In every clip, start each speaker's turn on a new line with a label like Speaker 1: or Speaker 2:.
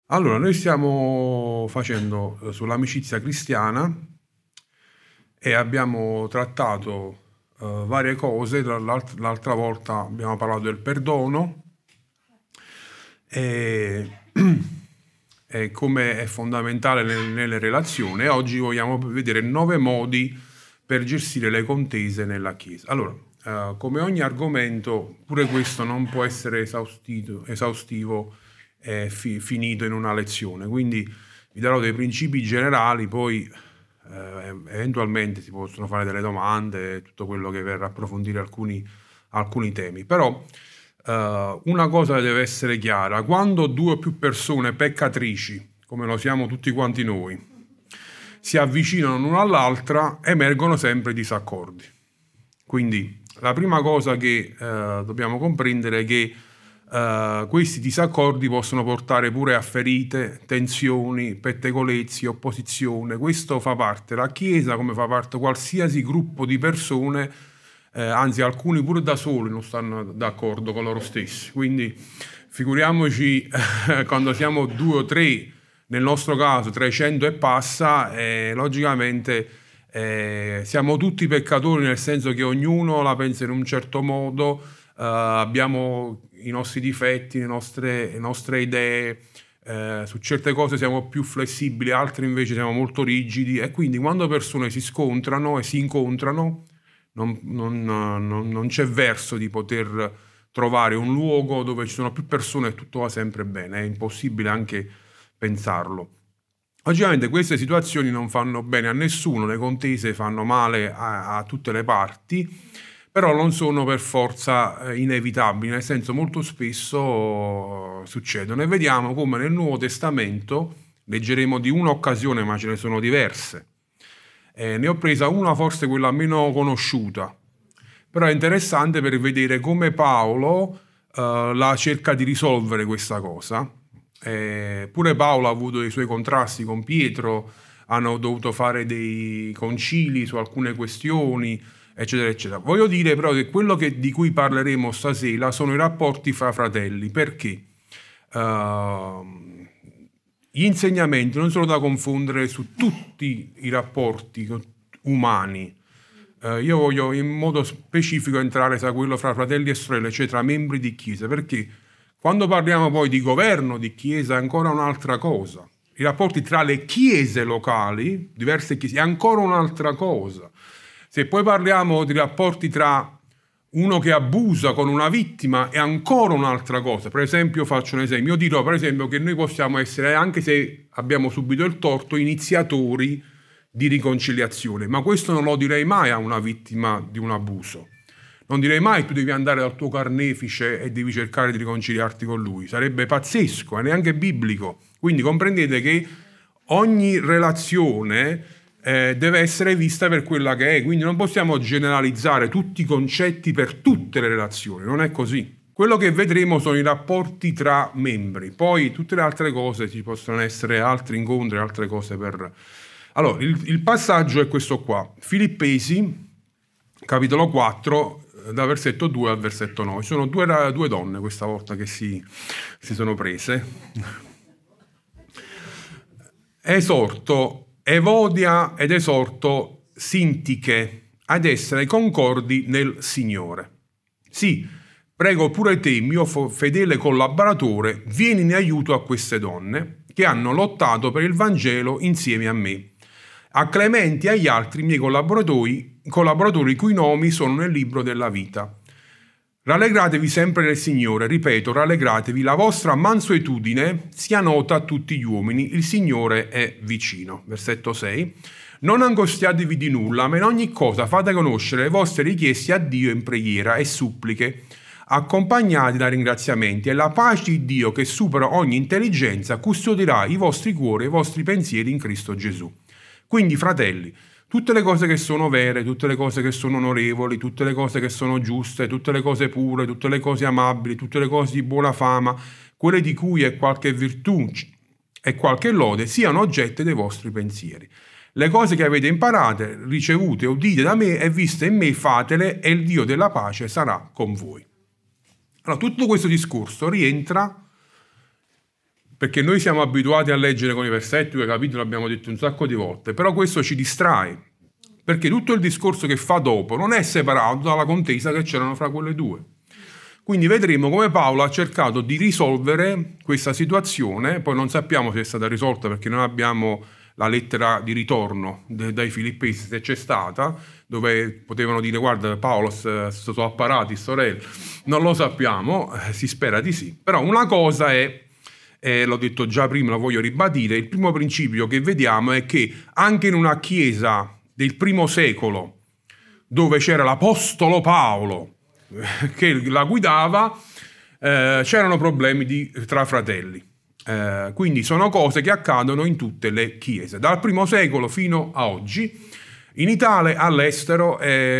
Speaker 1: Allora, noi stiamo facendo sull'amicizia cristiana e abbiamo trattato varie cose. L'altra volta abbiamo parlato del perdono e, e come è fondamentale nelle relazioni. E oggi vogliamo vedere 9 modi per gestire le contese nella Chiesa. Allora, come ogni argomento, pure questo non può essere esaustivo finito in una lezione, quindi vi darò dei principi generali, poi eventualmente si possono fare delle domande, tutto quello che verrà approfondire alcuni temi. Però una cosa deve essere chiara: quando due o più persone peccatrici, come lo siamo tutti quanti noi, si avvicinano l'una all'altra, emergono sempre disaccordi. Quindi la prima cosa che dobbiamo comprendere è che questi disaccordi possono portare pure a ferite, tensioni, pettegolezzi, opposizione. Questo fa parte della Chiesa, come fa parte qualsiasi gruppo di persone, anzi alcuni pure da soli non stanno d'accordo con loro stessi. Quindi figuriamoci quando siamo 2 o 3, nel nostro caso 300 e passa, logicamente siamo tutti peccatori, nel senso che ognuno la pensa in un certo modo, abbiamo i nostri difetti, le nostre idee, su certe cose siamo più flessibili, altre invece siamo molto rigidi, e quindi quando persone si scontrano e si incontrano non c'è verso di poter trovare un luogo dove ci sono più persone e tutto va sempre bene, è impossibile anche pensarlo. Logicamente queste situazioni non fanno bene a nessuno, le contese fanno male a tutte le parti, però non sono per forza inevitabili, nel senso molto spesso succedono. E vediamo come nel Nuovo Testamento, leggeremo di un'occasione, ma ce ne sono diverse. Ne ho presa una, forse quella meno conosciuta, però è interessante per vedere come Paolo la cerca di risolvere questa cosa. Pure Paolo ha avuto i suoi contrasti con Pietro, hanno dovuto fare dei concili su alcune questioni, eccetera, eccetera. Voglio dire però che quello di cui parleremo stasera sono i rapporti fra fratelli, perché gli insegnamenti non sono da confondere su tutti i rapporti umani. Io voglio in modo specifico entrare su quello fra fratelli e sorelle, cioè tra membri di chiesa, perché quando parliamo poi di governo di chiesa è ancora un'altra cosa. I rapporti tra le chiese locali, diverse chiese, è ancora un'altra cosa. Se poi parliamo di rapporti tra uno che abusa con una vittima, è ancora un'altra cosa. Per esempio, faccio un esempio, io dirò per esempio che noi possiamo essere, anche se abbiamo subito il torto, iniziatori di riconciliazione, ma questo non lo direi mai a una vittima di un abuso. Non direi mai tu devi andare dal tuo carnefice e devi cercare di riconciliarti con lui. Sarebbe pazzesco e neanche biblico. Quindi comprendete che ogni relazione deve essere vista per quella che è. Quindi non possiamo generalizzare tutti i concetti per tutte le relazioni. Non è così. Quello che vedremo sono i rapporti tra membri. Poi tutte le altre cose, ci possono essere altri incontri, altre cose per... Allora, il passaggio è questo qua. Filippesi, capitolo 4, da versetto 2 al versetto 9. Sono due donne questa volta che si sono prese. Esorto Evodia ed esorto Sintiche ad essere concordi nel Signore. Sì, prego pure te, mio fedele collaboratore, vieni in aiuto a queste donne che hanno lottato per il Vangelo insieme a me. A Clementi e agli altri miei collaboratori cui nomi sono nel libro della vita. Rallegratevi sempre nel Signore, ripeto, rallegratevi, la vostra mansuetudine sia nota a tutti gli uomini, il Signore è vicino. Versetto 6. Non angustiatevi di nulla, ma in ogni cosa fate conoscere le vostre richieste a Dio in preghiera e suppliche, accompagnati da ringraziamenti, e la pace di Dio che supera ogni intelligenza custodirà i vostri cuori e i vostri pensieri in Cristo Gesù. Quindi, fratelli, tutte le cose che sono vere, tutte le cose che sono onorevoli, tutte le cose che sono giuste, tutte le cose pure, tutte le cose amabili, tutte le cose di buona fama, quelle di cui è qualche virtù e qualche lode, siano oggetto dei vostri pensieri. Le cose che avete imparate, ricevute, udite da me e viste in me, fatele, e il Dio della pace sarà con voi. Allora, tutto questo discorso rientra perché noi siamo abituati a leggere con i versetti, con i capitoli, l'abbiamo detto un sacco di volte, però questo ci distrae, perché tutto il discorso che fa dopo non è separato dalla contesa che c'erano fra quelle due. Quindi vedremo come Paolo ha cercato di risolvere questa situazione, poi non sappiamo se è stata risolta perché non abbiamo la lettera di ritorno dai Filippesi, se c'è stata, dove potevano dire guarda Paolo sono apparati, sorelle, non lo sappiamo, si spera di sì. Però una cosa è, l'ho detto già prima, lo voglio ribadire, il primo principio che vediamo è che anche in una chiesa del primo secolo, dove c'era l'Apostolo Paolo, che la guidava, c'erano problemi tra fratelli. Quindi sono cose che accadono in tutte le chiese, dal primo secolo fino a oggi, in Italia, all'estero,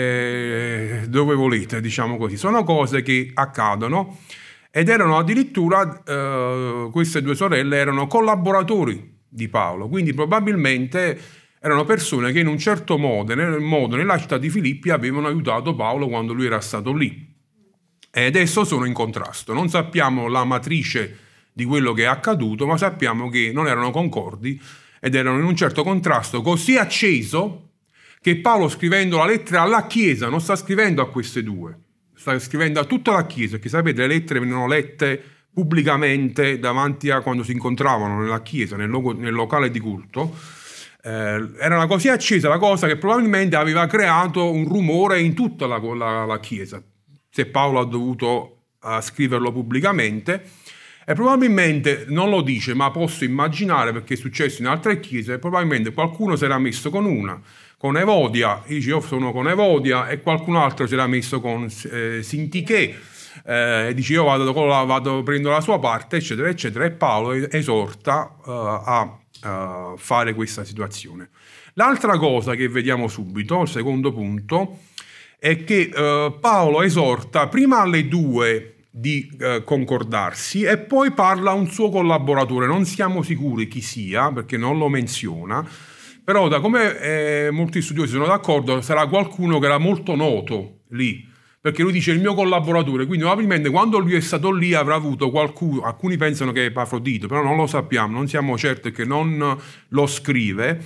Speaker 1: dove volete, diciamo così. Sono cose che accadono ed erano addirittura, queste due sorelle erano collaboratori di Paolo, quindi probabilmente erano persone che in un certo modo nella città di Filippi avevano aiutato Paolo quando lui era stato lì. E adesso sono in contrasto. Non sappiamo la matrice di quello che è accaduto, ma sappiamo che non erano concordi ed erano in un certo contrasto così acceso che Paolo, scrivendo la lettera alla Chiesa, non sta scrivendo a queste due, sta scrivendo a tutta la Chiesa, perché sapete le lettere venivano lette pubblicamente davanti a quando si incontravano nella Chiesa, nel locale di culto. Era così accesa la cosa che probabilmente aveva creato un rumore in tutta la Chiesa, se Paolo ha dovuto scriverlo pubblicamente, e probabilmente non lo dice, ma posso immaginare, perché è successo in altre chiese, probabilmente qualcuno si era messo con Evodia, dice io sono con Evodia, e qualcun altro si era messo con Sintiché, dice io prendo la sua parte, eccetera eccetera, e Paolo esorta a fare questa situazione. L'altra cosa che vediamo subito, il secondo punto, è che Paolo esorta prima alle due di concordarsi e poi parla a un suo collaboratore. Non siamo sicuri chi sia perché non lo menziona, però da come molti studiosi sono d'accordo sarà qualcuno che era molto noto lì, perché lui dice il mio collaboratore, quindi probabilmente quando lui è stato lì avrà avuto qualcuno, alcuni pensano che è Epafrodito, però non lo sappiamo, non siamo certi, che non lo scrive.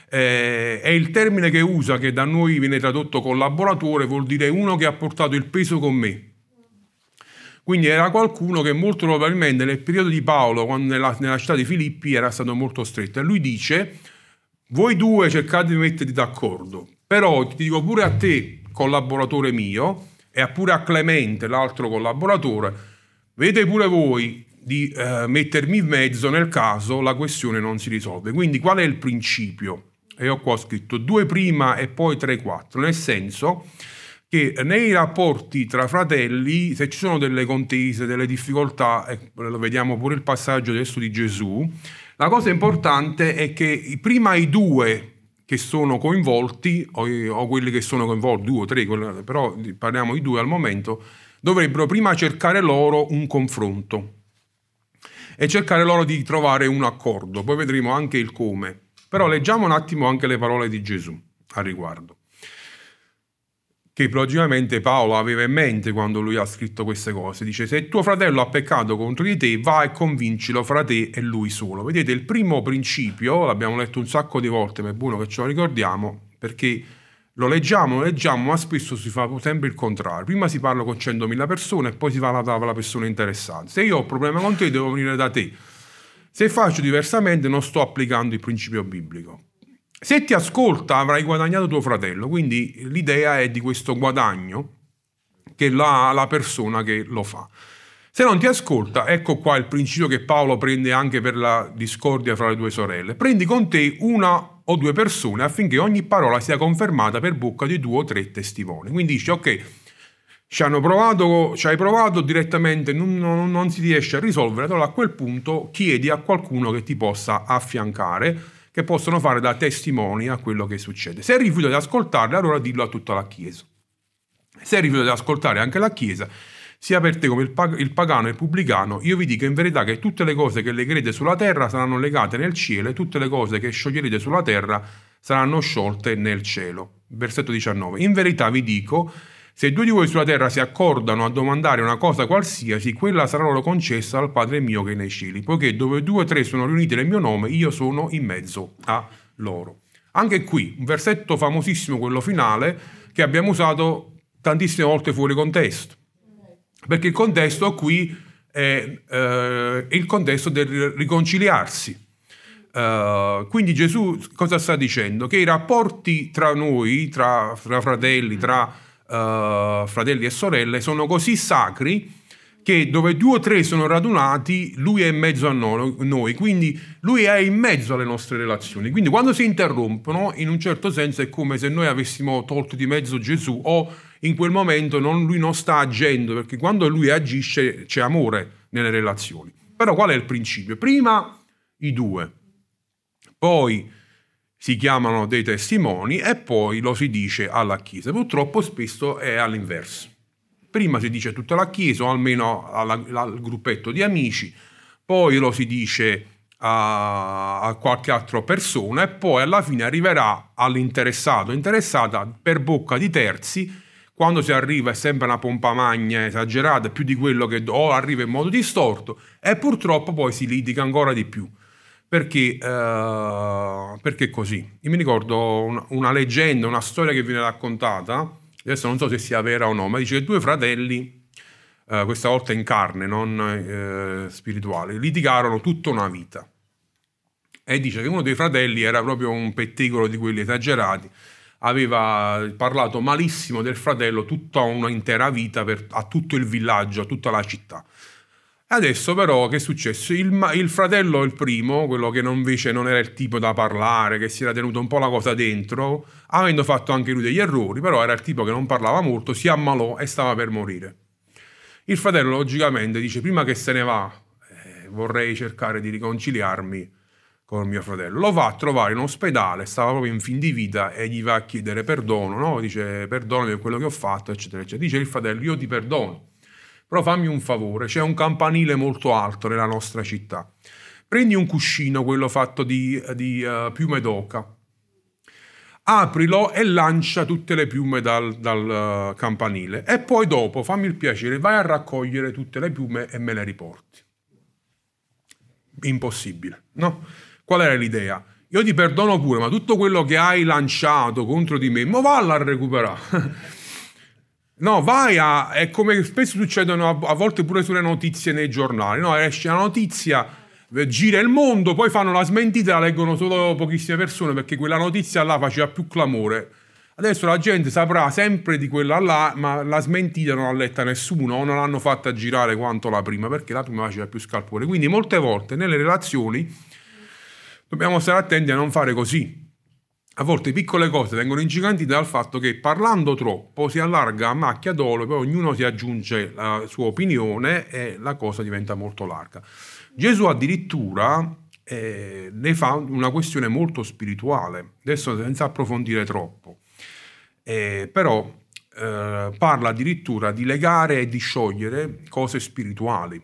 Speaker 1: È il termine che usa, che da noi viene tradotto collaboratore, vuol dire uno che ha portato il peso con me. Quindi era qualcuno che molto probabilmente nel periodo di Paolo, quando nella città di Filippi, era stato molto stretto. E lui dice, voi due cercate di mettervi d'accordo, però ti dico pure a te, collaboratore mio, e pure a Clemente, l'altro collaboratore, vedete pure voi di mettermi in mezzo nel caso la questione non si risolve. Quindi qual è il principio? E io qua ho scritto 2 prima e poi 3 4, nel senso che nei rapporti tra fratelli, se ci sono delle contese, delle difficoltà, e lo vediamo pure il passaggio adesso di Gesù, la cosa importante è che prima i due che sono coinvolti, o quelli che sono coinvolti, 2 o 3, però parliamo di 2 al momento, dovrebbero prima cercare loro un confronto e cercare loro di trovare un accordo. Poi vedremo anche il come. Però leggiamo un attimo anche le parole di Gesù a riguardo, che logicamente Paolo aveva in mente quando lui ha scritto queste cose. Dice, se tuo fratello ha peccato contro di te, va e convincilo fra te e lui solo. Vedete, il primo principio, l'abbiamo letto un sacco di volte, ma è buono che ce lo ricordiamo, perché lo leggiamo, ma spesso si fa sempre il contrario. Prima si parla con 100.000 persone e poi si va alla persona interessata. Se io ho un problema con te, devo venire da te. Se faccio diversamente, non sto applicando il principio biblico. Se ti ascolta, avrai guadagnato tuo fratello. Quindi l'idea è di questo guadagno che la persona che lo fa. Se non ti ascolta, ecco qua il principio che Paolo prende anche per la discordia fra le due sorelle. Prendi con te 1 o 2 persone affinché ogni parola sia confermata per bocca di 2 o 3 testimoni. Quindi dice, ok, ci hai provato direttamente, non si riesce a risolvere, allora a quel punto chiedi a qualcuno che ti possa affiancare, che possono fare da testimoni a quello che succede. Se rifiuta di ascoltarli, allora dillo a tutta la Chiesa. Se rifiuta di ascoltare anche la Chiesa, sia per te come il pagano e il pubblicano, io vi dico in verità che tutte le cose che legherete sulla terra saranno legate nel cielo e tutte le cose che scioglierete sulla terra saranno sciolte nel cielo. Versetto 19. In verità vi dico, Se 2 di voi sulla terra si accordano a domandare una cosa qualsiasi, quella sarà loro concessa dal Padre mio che è nei cieli, poiché dove 2 o 3 sono riuniti nel mio nome, io sono in mezzo a loro. Anche qui, un versetto famosissimo, quello finale, che abbiamo usato tantissime volte fuori contesto, perché il contesto qui è il contesto del riconciliarsi. Quindi Gesù cosa sta dicendo? Che i rapporti tra noi, tra fratelli, tra fratelli e sorelle, sono così sacri che dove 2 o 3 sono radunati, lui è in mezzo a noi, quindi lui è in mezzo alle nostre relazioni. Quindi quando si interrompono, in un certo senso è come se noi avessimo tolto di mezzo Gesù, o in quel momento lui non sta agendo, perché quando lui agisce c'è amore nelle relazioni. Però qual è il principio? Prima i 2, poi si chiamano dei testimoni e poi lo si dice alla Chiesa. Purtroppo spesso è all'inverso. Prima si dice a tutta la Chiesa, o almeno al gruppetto di amici, poi lo si dice a qualche altra persona e poi alla fine arriverà all'interessato, interessata per bocca di terzi. Quando si arriva è sempre una pompa magna esagerata, più di quello che arriva in modo distorto, e purtroppo poi si litiga ancora di più. Perché così. Io mi ricordo una leggenda, una storia che viene raccontata, adesso non so se sia vera o no, ma dice che 2 fratelli, questa volta in carne, non spirituale, litigarono tutta una vita. E dice che uno dei fratelli era proprio un pettegolo di quelli esagerati, aveva parlato malissimo del fratello tutta un'intera vita a tutto il villaggio, a tutta la città. Adesso però che è successo? Il fratello, il primo, quello che invece non era il tipo da parlare, che si era tenuto un po' la cosa dentro, avendo fatto anche lui degli errori, però era il tipo che non parlava molto, si ammalò e stava per morire. Il fratello logicamente dice: prima che se ne va, vorrei cercare di riconciliarmi con mio fratello. Lo va a trovare in ospedale, stava proprio in fin di vita, e gli va a chiedere perdono, no? Dice: perdonami per quello che ho fatto, eccetera, eccetera. Dice il fratello: io ti perdono, però fammi un favore, c'è un campanile molto alto nella nostra città. Prendi un cuscino, quello fatto di piume d'oca, aprilo e lancia tutte le piume dal campanile, e poi dopo, fammi il piacere, vai a raccogliere tutte le piume e me le riporti. Impossibile, no? Qual era l'idea? Io ti perdono pure, ma tutto quello che hai lanciato contro di me, ma valla a recuperare. No, è come spesso succedono a volte pure sulle notizie nei giornali, no? Esce la notizia, gira il mondo, poi fanno la smentita, la leggono solo pochissime persone perché quella notizia là faceva più clamore. Adesso la gente saprà sempre di quella là, ma la smentita non l'ha letta nessuno, o non l'hanno fatta girare quanto la prima, perché la prima faceva più scalpore. Quindi molte volte nelle relazioni dobbiamo stare attenti a non fare così. A volte piccole cose vengono ingigantite dal fatto che parlando troppo si allarga a macchia d'olio, poi ognuno si aggiunge la sua opinione e la cosa diventa molto larga. Gesù addirittura ne fa una questione molto spirituale, adesso senza approfondire troppo, però parla addirittura di legare e di sciogliere cose spirituali.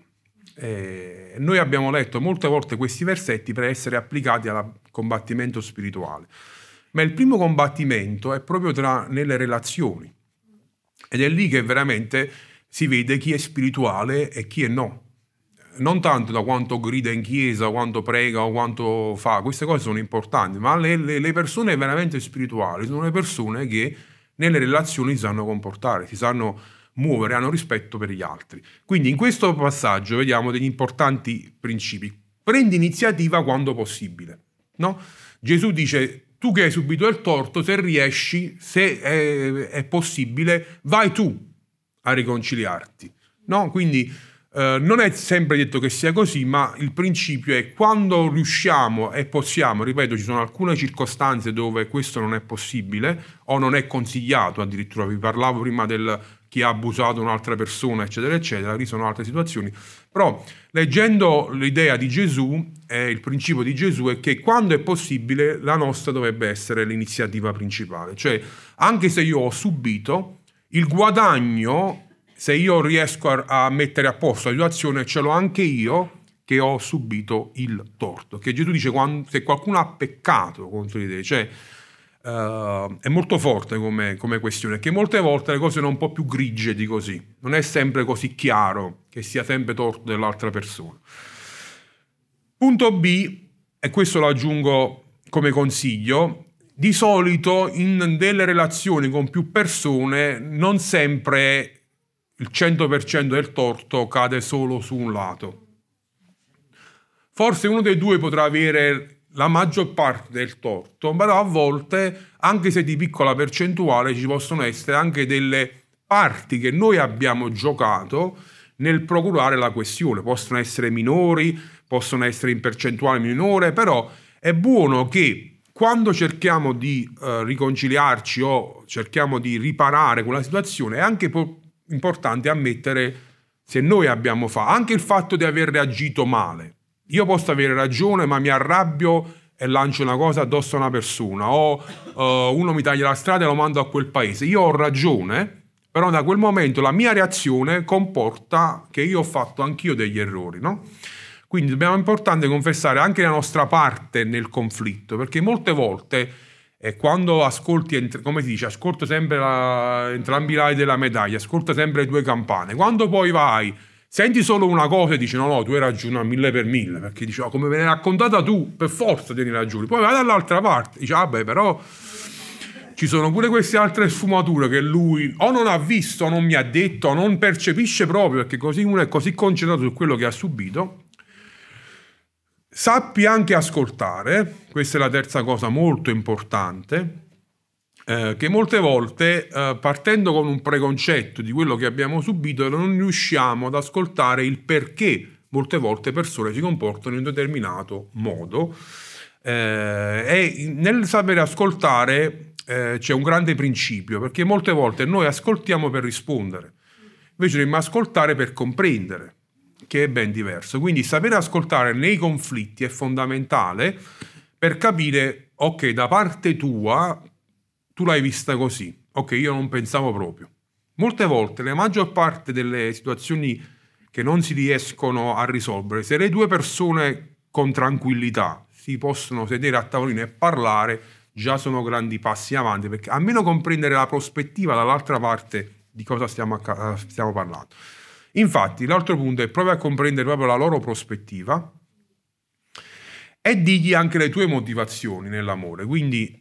Speaker 1: Noi abbiamo letto molte volte questi versetti per essere applicati al combattimento spirituale. Ma il primo combattimento è proprio nelle relazioni, ed è lì che veramente si vede chi è spirituale e chi è no. Non tanto da quanto grida in chiesa, quanto prega o quanto fa, queste cose sono importanti, ma le persone veramente spirituali sono le persone che nelle relazioni si sanno comportare, si sanno muovere, hanno rispetto per gli altri. Quindi in questo passaggio vediamo degli importanti principi. Prendi iniziativa quando possibile, no? Gesù dice: tu che hai subito il torto, se riesci, se è possibile, vai tu a riconciliarti, no? Quindi non è sempre detto che sia così, ma il principio è quando riusciamo e possiamo. Ripeto, ci sono alcune circostanze dove questo non è possibile o non è consigliato, addirittura vi parlavo prima del chi ha abusato un'altra persona, eccetera, eccetera, lì sono altre situazioni. Però leggendo l'idea di Gesù, il principio di Gesù è che quando è possibile la nostra dovrebbe essere l'iniziativa principale. Cioè, anche se io ho subito, il guadagno, se io riesco a mettere a posto la situazione, ce l'ho anche io che ho subito il torto. Che Gesù dice se qualcuno ha peccato contro di te, cioè è molto forte come questione, che molte volte le cose sono un po' più grigie di così, non è sempre così chiaro che sia sempre torto dell'altra persona. Punto B, e questo lo aggiungo come consiglio: di solito in delle relazioni con più persone non sempre il 100% del torto cade solo su un lato. Forse uno dei due potrà avere la maggior parte del torto, però a volte, anche se di piccola percentuale, ci possono essere anche delle parti che noi abbiamo giocato nel procurare la questione. Possono essere minori, possono essere in percentuale minore, però è buono che quando cerchiamo di riconciliarci o cerchiamo di riparare quella situazione, è anche importante ammettere se noi abbiamo fatto, anche il fatto di aver reagito male. Io posso avere ragione, ma mi arrabbio e lancio una cosa addosso a una persona, o uno mi taglia la strada e lo mando a quel paese. Io ho ragione, però da quel momento la mia reazione comporta che io ho fatto anch'io degli errori, no? Quindi è importante confessare anche la nostra parte nel conflitto, perché molte volte quando ascolti, come si dice, ascolto sempre entrambi i lati della medaglia, ascolta sempre le due campane. Quando poi vai, senti solo una cosa e dici no, tu hai ragione a 1000 per 1000, perché dici come me l'hai raccontata tu, per forza tieni ragione. Poi vai dall'altra parte, dici vabbè, però ci sono pure queste altre sfumature che lui o non ha visto, o non mi ha detto, o non percepisce proprio, perché così uno è così concentrato su quello che ha subito. Sappi anche ascoltare, questa è la terza cosa molto importante, che molte volte partendo con un preconcetto di quello che abbiamo subito non riusciamo ad ascoltare il perché molte volte persone si comportano in un determinato modo, e nel sapere ascoltare c'è un grande principio, perché molte volte noi ascoltiamo per rispondere, invece dobbiamo ascoltare per comprendere, che è ben diverso. Quindi sapere ascoltare nei conflitti è fondamentale per capire, ok, da parte tua tu l'hai vista così, ok, io non pensavo proprio. Molte volte, la maggior parte delle situazioni che non si riescono a risolvere, se le due persone con tranquillità si possono sedere a tavolino e parlare, già sono grandi passi avanti, perché almeno comprendere la prospettiva dall'altra parte di cosa stiamo parlando. Infatti, l'altro punto è proprio a comprendere proprio la loro prospettiva e digli anche le tue motivazioni nell'amore. Quindi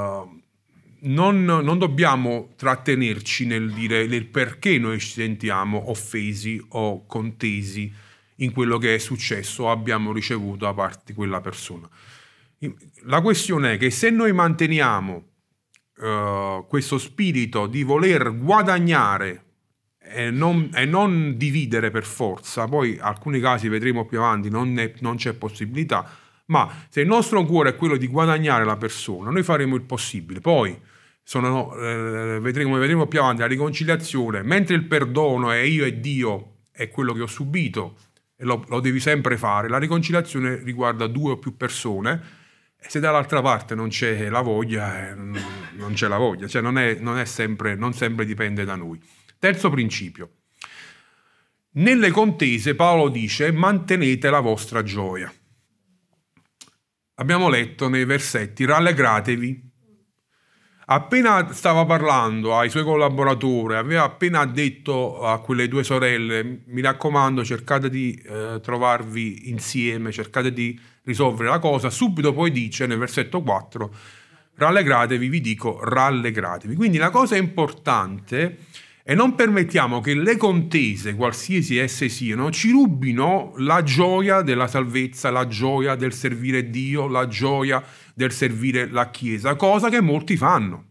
Speaker 1: non dobbiamo trattenerci nel dire nel perché noi ci sentiamo offesi o contesi in quello che è successo o abbiamo ricevuto da parte di quella persona. La questione è che se noi manteniamo questo spirito di voler guadagnare e non dividere per forza, poi in alcuni casi vedremo più avanti non c'è possibilità, ma se il nostro cuore è quello di guadagnare la persona, noi faremo il possibile. Poi vedremo più avanti la riconciliazione, mentre il perdono è io e Dio, è quello che ho subito e lo devi sempre fare. La riconciliazione riguarda due o più persone, e se dall'altra parte non c'è la voglia, non c'è la voglia, cioè non sempre dipende da noi. Terzo principio. Nelle contese Paolo dice mantenete la vostra gioia. Abbiamo letto nei versetti rallegratevi. Appena stava parlando ai suoi collaboratori, aveva appena detto a quelle due sorelle mi raccomando cercate di trovarvi insieme, cercate di risolvere la cosa, subito poi dice nel versetto 4 rallegratevi, vi dico rallegratevi. Quindi la cosa importante e non permettiamo che le contese, qualsiasi esse siano, ci rubino la gioia della salvezza, la gioia del servire Dio, la gioia del servire la Chiesa, cosa che molti fanno.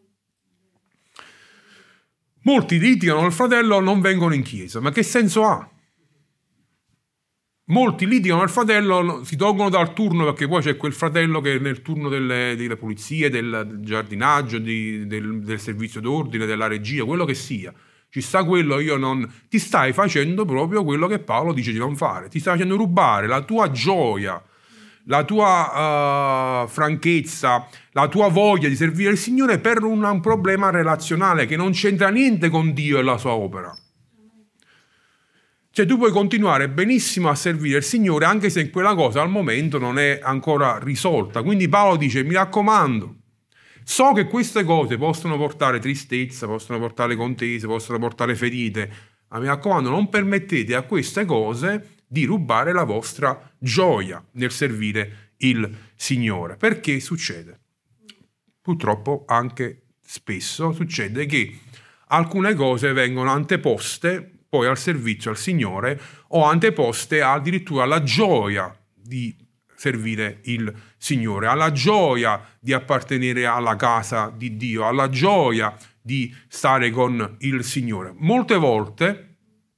Speaker 1: Molti litigano il fratello, non vengono in chiesa, ma che senso ha? Molti litigano il fratello, si tolgono dal turno perché poi c'è quel fratello che nel turno delle pulizie, del giardinaggio, del servizio d'ordine, della regia, quello che sia. Ci sta quello, ti stai facendo proprio quello che Paolo dice di non fare. Ti stai facendo rubare la tua gioia, la tua franchezza, la tua voglia di servire il Signore per un problema relazionale che non c'entra niente con Dio e la sua opera. Cioè tu puoi continuare benissimo a servire il Signore anche se quella cosa al momento non è ancora risolta. Quindi Paolo dice mi raccomando, So che queste cose possono portare tristezza, possono portare contese, possono portare ferite, ma mi raccomando, non permettete a queste cose di rubare la vostra gioia nel servire il Signore. Perché succede? Purtroppo anche spesso succede che alcune cose vengono anteposte poi al servizio al Signore o anteposte addirittura alla gioia di servire il Signore, alla gioia di appartenere alla casa di Dio, alla gioia di stare con il Signore. Molte volte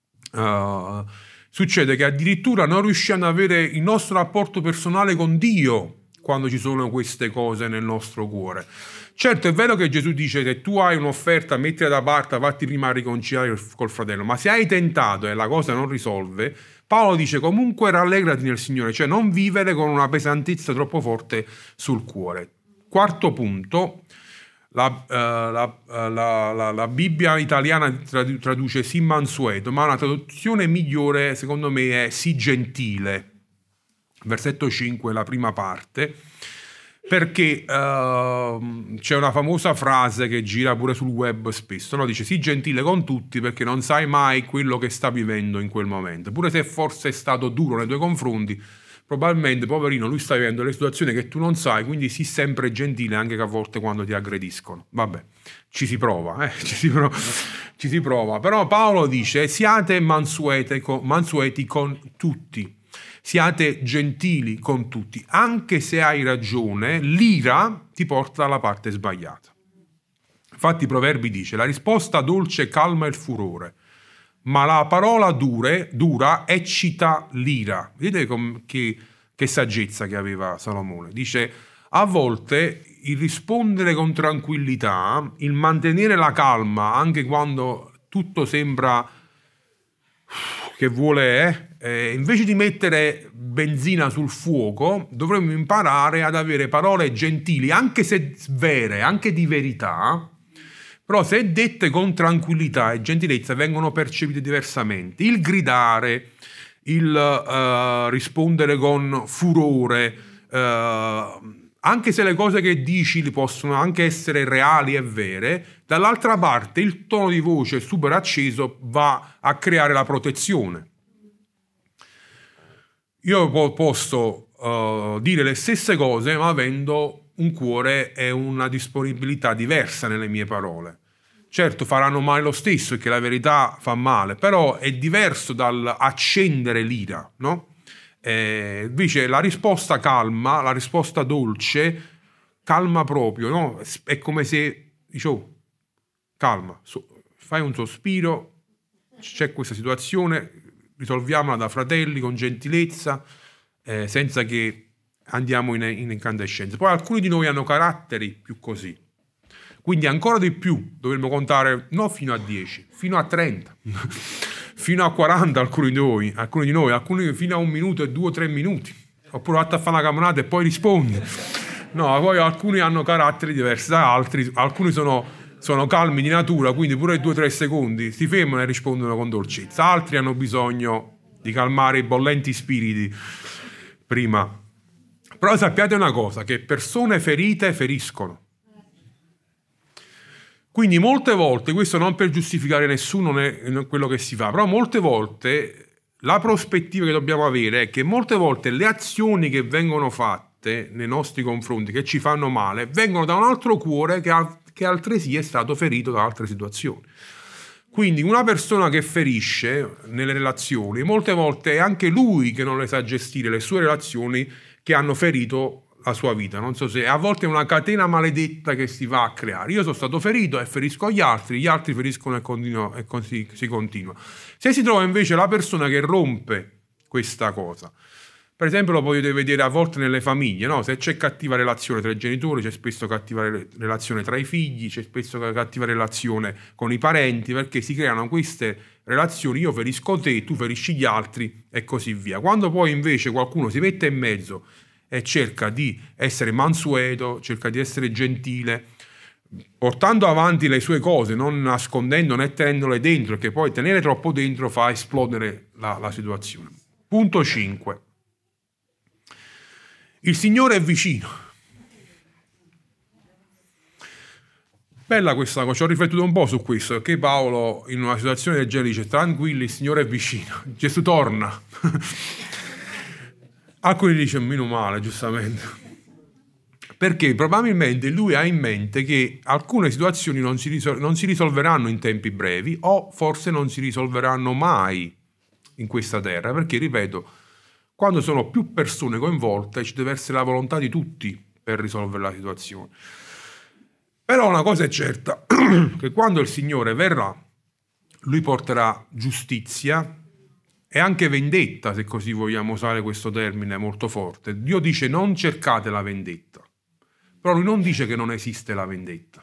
Speaker 1: succede che addirittura non riusciamo ad avere il nostro rapporto personale con Dio quando ci sono queste cose nel nostro cuore. Certo, è vero che Gesù dice che tu hai un'offerta, mettila da parte, vatti prima a riconciliare col fratello, ma se hai tentato e la cosa non risolve, Paolo dice comunque rallegrati nel Signore, cioè non vivere con una pesantezza troppo forte sul cuore. Quarto punto, la Bibbia italiana traduce sii mansueto, ma una traduzione migliore secondo me è sii gentile. Versetto 5, la prima parte, perché c'è una famosa frase che gira pure sul web spesso, no? Dice sii gentile con tutti perché non sai mai quello che sta vivendo in quel momento, pure se forse è stato duro nei tuoi confronti, probabilmente poverino lui sta vivendo le situazioni che tu non sai, quindi sii sempre gentile anche che a volte quando ti aggrediscono. Vabbè, ci si prova, ci si prova. Però Paolo dice siate mansueti con tutti. Siate gentili con tutti, anche se hai ragione, l'ira ti porta dalla parte sbagliata. Infatti i Proverbi dice, la risposta dolce calma il furore, ma la parola dura eccita l'ira. Vedete che saggezza che aveva Salomone. Dice, a volte il rispondere con tranquillità, il mantenere la calma, anche quando tutto sembra che vuole, invece di mettere benzina sul fuoco, dovremmo imparare ad avere parole gentili, anche se vere, anche di verità, però se dette con tranquillità e gentilezza vengono percepite diversamente. Il gridare, il rispondere con furore, anche se le cose che dici possono anche essere reali e vere, dall'altra parte il tono di voce super acceso va a creare la protezione. Io posso dire le stesse cose ma avendo un cuore e una disponibilità diversa nelle mie parole. Certo faranno male lo stesso perché la verità fa male, però è diverso dal accendere l'ira, no? Invece la risposta calma, la risposta dolce, calma proprio, no? È come se dicevo, calma, fai un sospiro, c'è questa situazione, risolviamola da fratelli con gentilezza, senza che andiamo in incandescenza. Poi alcuni di noi hanno caratteri più così, quindi ancora di più dovremmo contare non fino a 10, fino a 30. Fino a 40 alcuni di noi, alcuni fino a 1 minuto e 2 o 3 minuti. Oppure vatti a fare una camminata e poi rispondi. No, poi alcuni hanno caratteri diversi da altri, alcuni sono calmi di natura, quindi pure 2 o 3 secondi si fermano e rispondono con dolcezza. Altri hanno bisogno di calmare i bollenti spiriti prima. Però sappiate una cosa, che persone ferite feriscono. Quindi molte volte, questo non per giustificare nessuno né quello che si fa, però molte volte la prospettiva che dobbiamo avere è che molte volte le azioni che vengono fatte nei nostri confronti, che ci fanno male, vengono da un altro cuore che altresì è stato ferito da altre situazioni. Quindi una persona che ferisce nelle relazioni, molte volte è anche lui che non le sa gestire, le sue relazioni che hanno ferito la sua vita. Non so se a volte è una catena maledetta che si va a creare. Io sono stato ferito e ferisco gli altri feriscono e così si continua. Se si trova invece la persona che rompe questa cosa, per esempio lo potete vedere a volte nelle famiglie, no? Se c'è cattiva relazione tra i genitori, c'è spesso cattiva relazione tra i figli, c'è spesso cattiva relazione con i parenti, perché si creano queste relazioni, io ferisco te, tu ferisci gli altri e così via. Quando poi invece qualcuno si mette in mezzo e cerca di essere mansueto, cerca di essere gentile, portando avanti le sue cose, non nascondendo né tenendole dentro, perché poi tenere troppo dentro fa esplodere la situazione. Punto 5. Il Signore è vicino. Bella questa cosa, ci ho riflettuto un po' su questo, perché Paolo in una situazione del genere dice tranquilli, il Signore è vicino, Gesù torna. Alcuni dicono meno male, giustamente, perché probabilmente lui ha in mente che alcune situazioni non si risolveranno in tempi brevi o forse non si risolveranno mai in questa terra, perché, ripeto, quando sono più persone coinvolte ci deve essere la volontà di tutti per risolvere la situazione. Però una cosa è certa, che quando il Signore verrà, lui porterà giustizia e anche vendetta, se così vogliamo usare questo termine molto forte. Dio dice non cercate la vendetta, però lui non dice che non esiste la vendetta.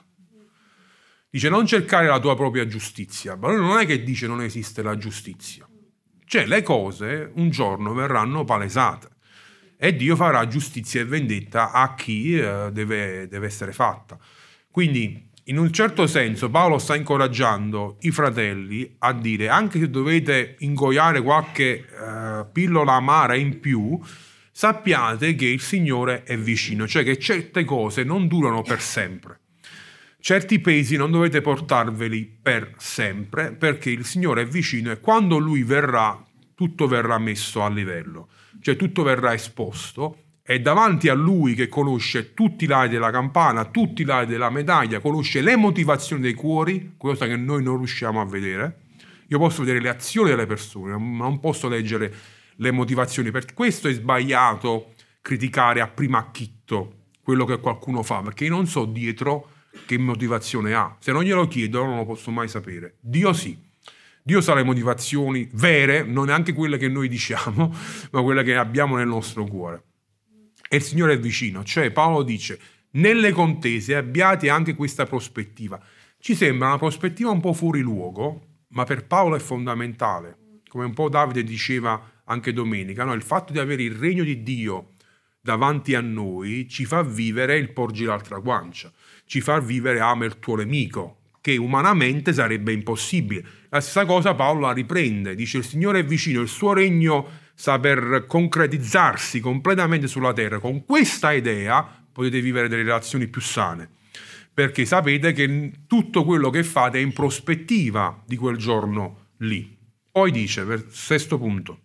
Speaker 1: Dice non cercare la tua propria giustizia, ma lui non è che dice non esiste la giustizia. Cioè le cose un giorno verranno palesate e Dio farà giustizia e vendetta a chi deve essere fatta. Quindi, in un certo senso, Paolo sta incoraggiando i fratelli a dire, anche se dovete ingoiare qualche pillola amara in più, sappiate che il Signore è vicino, cioè che certe cose non durano per sempre. Certi pesi non dovete portarveli per sempre, perché il Signore è vicino e quando Lui verrà, tutto verrà messo a livello, cioè tutto verrà esposto. E davanti a Lui che conosce tutti i lati della campana, tutti i lati della medaglia, conosce le motivazioni dei cuori, cosa che noi non riusciamo a vedere. Io posso vedere le azioni delle persone, ma non posso leggere le motivazioni. Per questo è sbagliato criticare a primo acchitto quello che qualcuno fa, perché io non so dietro che motivazione ha. Se non glielo chiedo non lo posso mai sapere. Dio sì. Dio sa le motivazioni vere, non neanche quelle che noi diciamo, ma quelle che abbiamo nel nostro cuore. E il Signore è vicino, cioè Paolo dice nelle contese abbiate anche questa prospettiva. Ci sembra una prospettiva un po' fuori luogo, ma per Paolo è fondamentale, come un po' Davide diceva anche domenica, no? Il fatto di avere il regno di Dio davanti a noi ci fa vivere il porgi l'altra guancia, ci fa vivere ama il tuo nemico, che umanamente sarebbe impossibile. La stessa cosa Paolo la riprende, dice il Signore è vicino, il suo regno sta per concretizzarsi completamente sulla terra. Con questa idea potete vivere delle relazioni più sane, perché sapete che tutto quello che fate è in prospettiva di quel giorno lì. Poi dice, per sesto punto,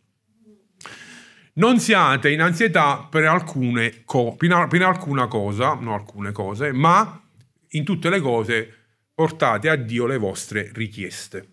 Speaker 1: non siate in ansietà per alcuna cosa, non alcune cose, ma in tutte le cose portate a Dio le vostre richieste.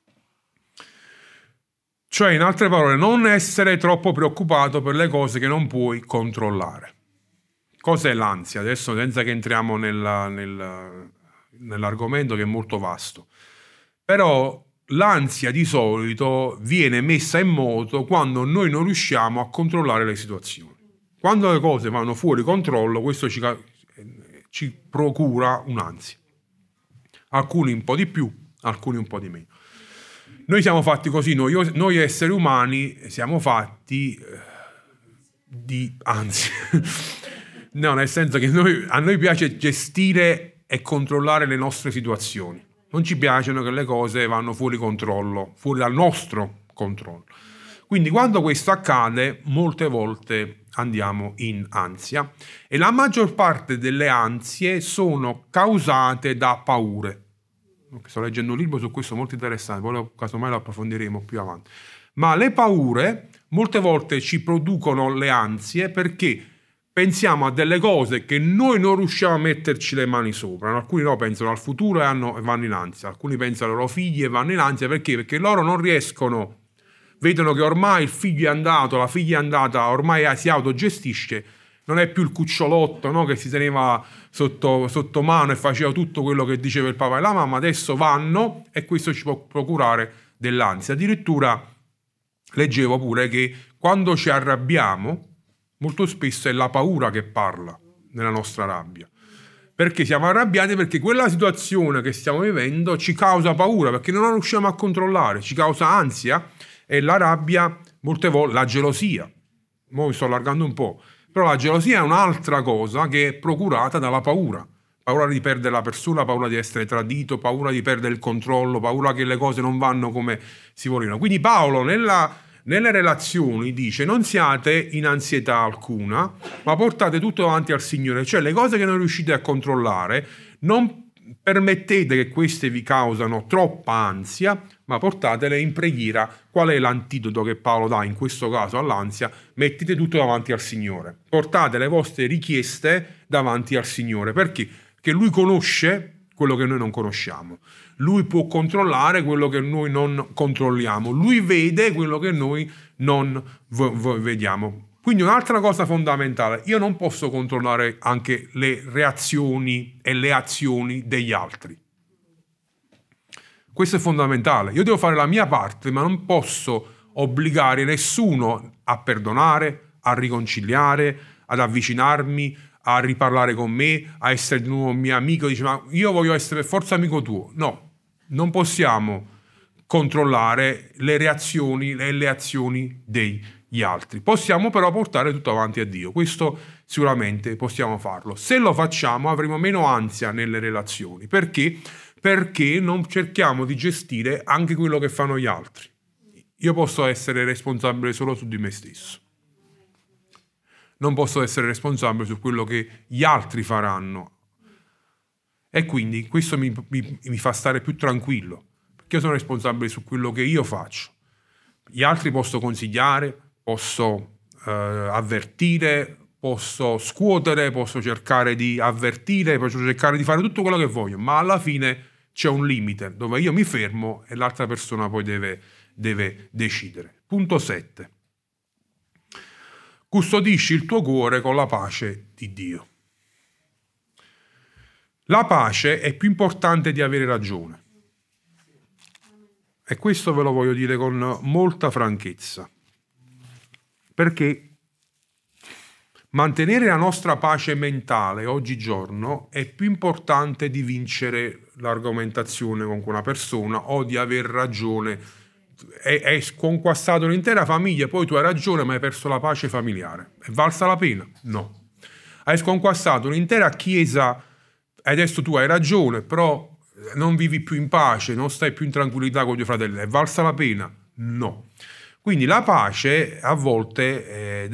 Speaker 1: Cioè, in altre parole, non essere troppo preoccupato per le cose che non puoi controllare. Cos'è l'ansia? Adesso, senza che entriamo nell'argomento che è molto vasto. Però l'ansia di solito viene messa in moto quando noi non riusciamo a controllare le situazioni. Quando le cose vanno fuori controllo, questo ci procura un'ansia. Alcuni un po' di più, alcuni un po' di meno. Noi siamo fatti così, noi esseri umani siamo fatti di ansia. No, nel senso che a noi piace gestire e controllare le nostre situazioni. Non ci piacciono che le cose vanno fuori controllo, fuori dal nostro controllo. Quindi quando questo accade, molte volte andiamo in ansia e la maggior parte delle ansie sono causate da paure. Sto leggendo un libro su questo molto interessante, poi casomai lo approfondiremo più avanti. Ma le paure molte volte ci producono le ansie perché pensiamo a delle cose che noi non riusciamo a metterci le mani sopra. Alcuni no, pensano al futuro e vanno in ansia, alcuni pensano ai loro figli e vanno in ansia perché? Perché loro non riescono, vedono che ormai il figlio è andato, la figlia è andata, ormai si autogestisce. Non è più il cucciolotto, no, che si teneva sotto mano e faceva tutto quello che diceva il papà e la mamma, adesso vanno e questo ci può procurare dell'ansia. Addirittura leggevo pure che quando ci arrabbiamo, molto spesso è la paura che parla nella nostra rabbia. Perché siamo arrabbiati? Perché quella situazione che stiamo vivendo ci causa paura, perché non la riusciamo a controllare, ci causa ansia e la rabbia, molte volte, la gelosia. Mo' mi sto allargando un po'. Però la gelosia è un'altra cosa che è procurata dalla paura. Paura di perdere la persona, paura di essere tradito, paura di perdere il controllo, paura che le cose non vanno come si vogliono. Quindi Paolo nelle relazioni dice non siate in ansietà alcuna, ma portate tutto davanti al Signore. Cioè le cose che non riuscite a controllare, non permettete che queste vi causano troppa ansia, ma portatele in preghiera. Qual è l'antidoto che Paolo dà in questo caso all'ansia? Mettete tutto davanti al Signore. Portate le vostre richieste davanti al Signore. Perché? Perché Lui conosce quello che noi non conosciamo. Lui può controllare quello che noi non controlliamo. Lui vede quello che noi non vediamo. Quindi un'altra cosa fondamentale, io non posso controllare anche le reazioni e le azioni degli altri. Questo è fondamentale. Io devo fare la mia parte, ma non posso obbligare nessuno a perdonare, a riconciliare, ad avvicinarmi, a riparlare con me, a essere di nuovo mio amico. Dice, ma io voglio essere per forza amico tuo. No, non possiamo controllare le reazioni e le azioni degli altri. Possiamo però portare tutto avanti a Dio. Questo sicuramente possiamo farlo. Se lo facciamo avremo meno ansia nelle relazioni. Perché? Perché non cerchiamo di gestire anche quello che fanno gli altri. Io posso essere responsabile solo su di me stesso. Non posso essere responsabile su quello che gli altri faranno. E quindi questo mi fa stare più tranquillo, perché io sono responsabile su quello che io faccio. Gli altri posso consigliare, posso avvertire, posso scuotere, posso cercare di avvertire, posso cercare di fare tutto quello che voglio, ma alla fine c'è un limite dove io mi fermo e l'altra persona poi deve decidere. Punto 7. Custodisci il tuo cuore con la pace di Dio. La pace è più importante di avere ragione. E questo ve lo voglio dire con molta franchezza. Perché mantenere la nostra pace mentale oggigiorno è più importante di vincere l'argomentazione con una persona o di aver ragione. Hai sconquassato l'intera famiglia, poi tu hai ragione ma hai perso la pace familiare. È valsa la pena? No. Hai sconquassato un'intera chiesa e adesso tu hai ragione, però non vivi più in pace, non stai più in tranquillità con i tuoi fratelli. È valsa la pena? No. Quindi la pace a volte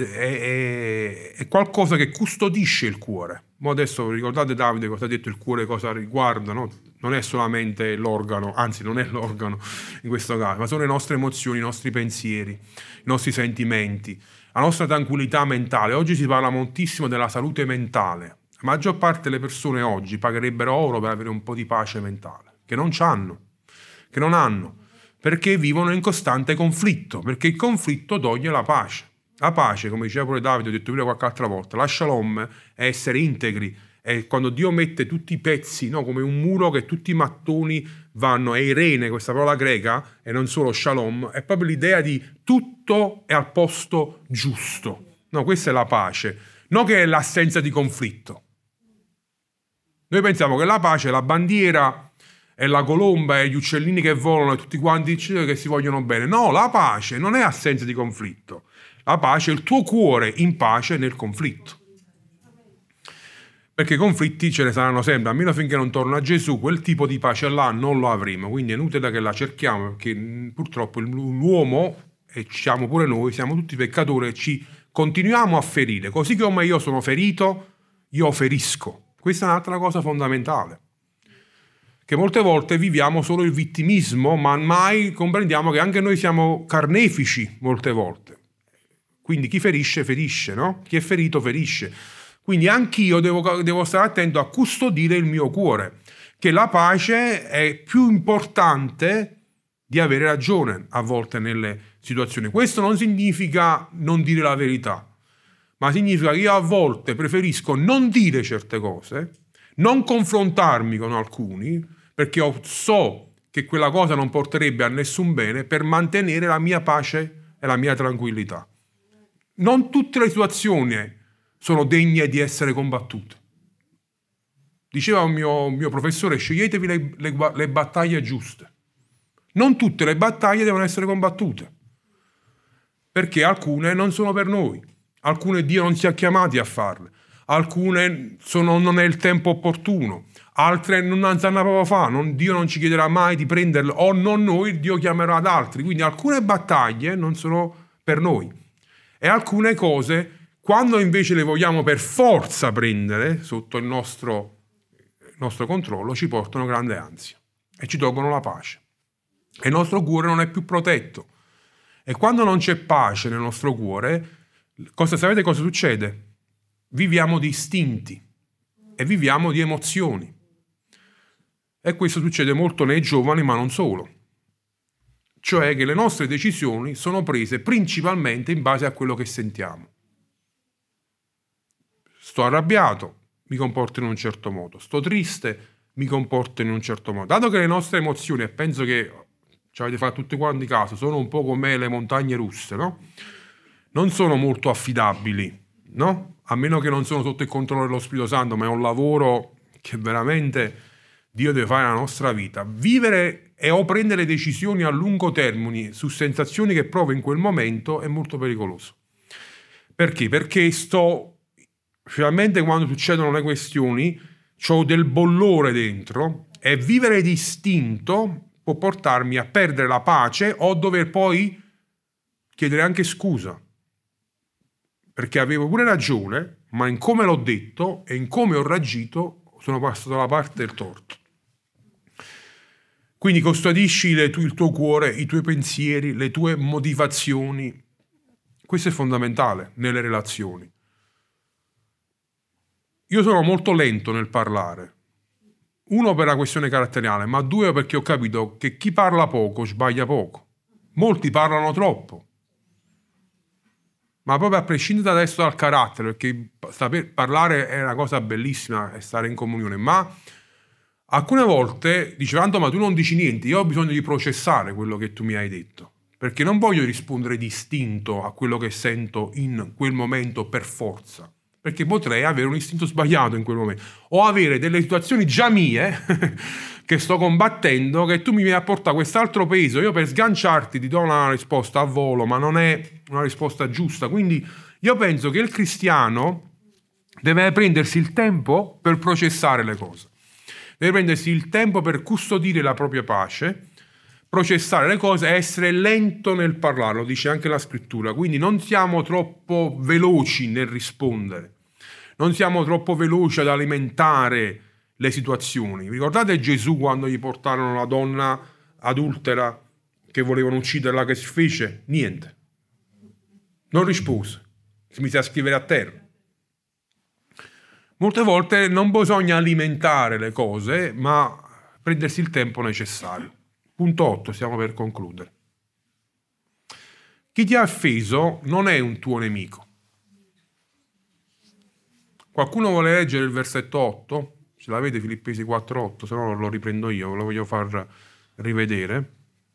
Speaker 1: è qualcosa che custodisce il cuore. Ma adesso ricordate Davide cosa ha detto il cuore, cosa riguarda, no? Non è solamente l'organo, anzi non è l'organo in questo caso, ma sono le nostre emozioni, i nostri pensieri, i nostri sentimenti, la nostra tranquillità mentale. Oggi si parla moltissimo della salute mentale. La maggior parte delle persone oggi pagherebbero oro per avere un po' di pace mentale, che non hanno. Perché vivono in costante conflitto, perché il conflitto toglie la pace. La pace, come diceva pure Davide, ho detto prima qualche altra volta, la shalom è essere integri, è quando Dio mette tutti i pezzi, no, come un muro che tutti i mattoni vanno, è irene, questa parola greca, e non solo shalom, è proprio l'idea di tutto è al posto giusto. No, questa è la pace, non che è l'assenza di conflitto. Noi pensiamo che la pace è la bandiera, è la colomba e gli uccellini che volano e tutti quanti che si vogliono bene. No, la pace non è assenza di conflitto. La pace è il tuo cuore in pace nel conflitto. Perché i conflitti ce ne saranno sempre, almeno finché non torna a Gesù, quel tipo di pace là non lo avremo. Quindi è inutile che la cerchiamo, perché purtroppo l'uomo, e siamo pure noi, siamo tutti peccatori e ci continuiamo a ferire. Così come io sono ferito, io ferisco. Questa è un'altra cosa fondamentale. Che molte volte viviamo solo il vittimismo, ma mai comprendiamo che anche noi siamo carnefici molte volte. Quindi chi ferisce, ferisce, no? Chi è ferito, ferisce. Quindi anch'io devo stare attento a custodire il mio cuore, che la pace è più importante di avere ragione a volte nelle situazioni. Questo non significa non dire la verità, ma significa che io a volte preferisco non dire certe cose, non confrontarmi con alcuni, perché so che quella cosa non porterebbe a nessun bene, per mantenere la mia pace e la mia tranquillità. Non tutte le situazioni sono degne di essere combattute. Diceva un mio professore, sceglietevi le battaglie giuste. Non tutte le battaglie devono essere combattute, perché alcune non sono per noi, alcune Dio non ci ha chiamati a farle, alcune non è il tempo opportuno, altre non sanno proprio fare, Dio non ci chiederà mai di prenderle, o non noi, Dio chiamerà ad altri. Quindi alcune battaglie non sono per noi. E alcune cose, quando invece le vogliamo per forza prendere sotto il nostro nostro controllo ci portano grande ansia e ci tolgono la pace. E il nostro cuore non è più protetto. E quando non c'è pace nel nostro cuore, sapete cosa succede? Viviamo di istinti e viviamo di emozioni. E questo succede molto nei giovani, ma non solo. Cioè che le nostre decisioni sono prese principalmente in base a quello che sentiamo. Sto arrabbiato, mi comporto in un certo modo. Sto triste, mi comporto in un certo modo. Dato che le nostre emozioni, e penso che ci avete fatto tutti quanti caso, sono un po' come le montagne russe, no? Non sono molto affidabili, no? A meno che non sono sotto il controllo dello Spirito Santo, ma è un lavoro che veramente Dio deve fare nella nostra vita. Vivere o prendere decisioni a lungo termine su sensazioni che provo in quel momento è molto pericoloso. Perché? Perché finalmente quando succedono le questioni, c'ho del bollore dentro e vivere di istinto può portarmi a perdere la pace o dover poi chiedere anche scusa. Perché avevo pure ragione, ma in come l'ho detto e in come ho reagito sono passato dalla parte del torto. Quindi custodisci il tuo cuore, i tuoi pensieri, le tue motivazioni. Questo è fondamentale nelle relazioni. Io sono molto lento nel parlare. Uno per la questione caratteriale, ma due perché ho capito che chi parla poco sbaglia poco. Molti parlano troppo. Ma proprio a prescindere da adesso dal carattere, perché parlare è una cosa bellissima e stare in comunione, ma alcune volte dice tanto ma tu non dici niente, io ho bisogno di processare quello che tu mi hai detto, perché non voglio rispondere distinto a quello che sento in quel momento per forza, perché potrei avere un istinto sbagliato in quel momento, o avere delle situazioni già mie che sto combattendo, che tu mi vieni a portare quest'altro peso, io per sganciarti ti do una risposta a volo, ma non è una risposta giusta. Quindi io penso che il cristiano deve prendersi il tempo per processare le cose, deve prendersi il tempo per custodire la propria pace, processare le cose e essere lento nel parlare, lo dice anche la scrittura. Quindi non siamo troppo veloci nel rispondere, non siamo troppo veloci ad alimentare le situazioni. Vi ricordate Gesù quando gli portarono la donna adultera che volevano ucciderla, che si fece? Niente. Non rispose. Si mise a scrivere a terra. Molte volte non bisogna alimentare le cose, ma prendersi il tempo necessario. Punto 8, stiamo per concludere. Chi ti ha offeso non è un tuo nemico. Qualcuno vuole leggere il versetto 8? Ce l'avete Filippesi 4:8, se no lo riprendo io, ve lo voglio far rivedere.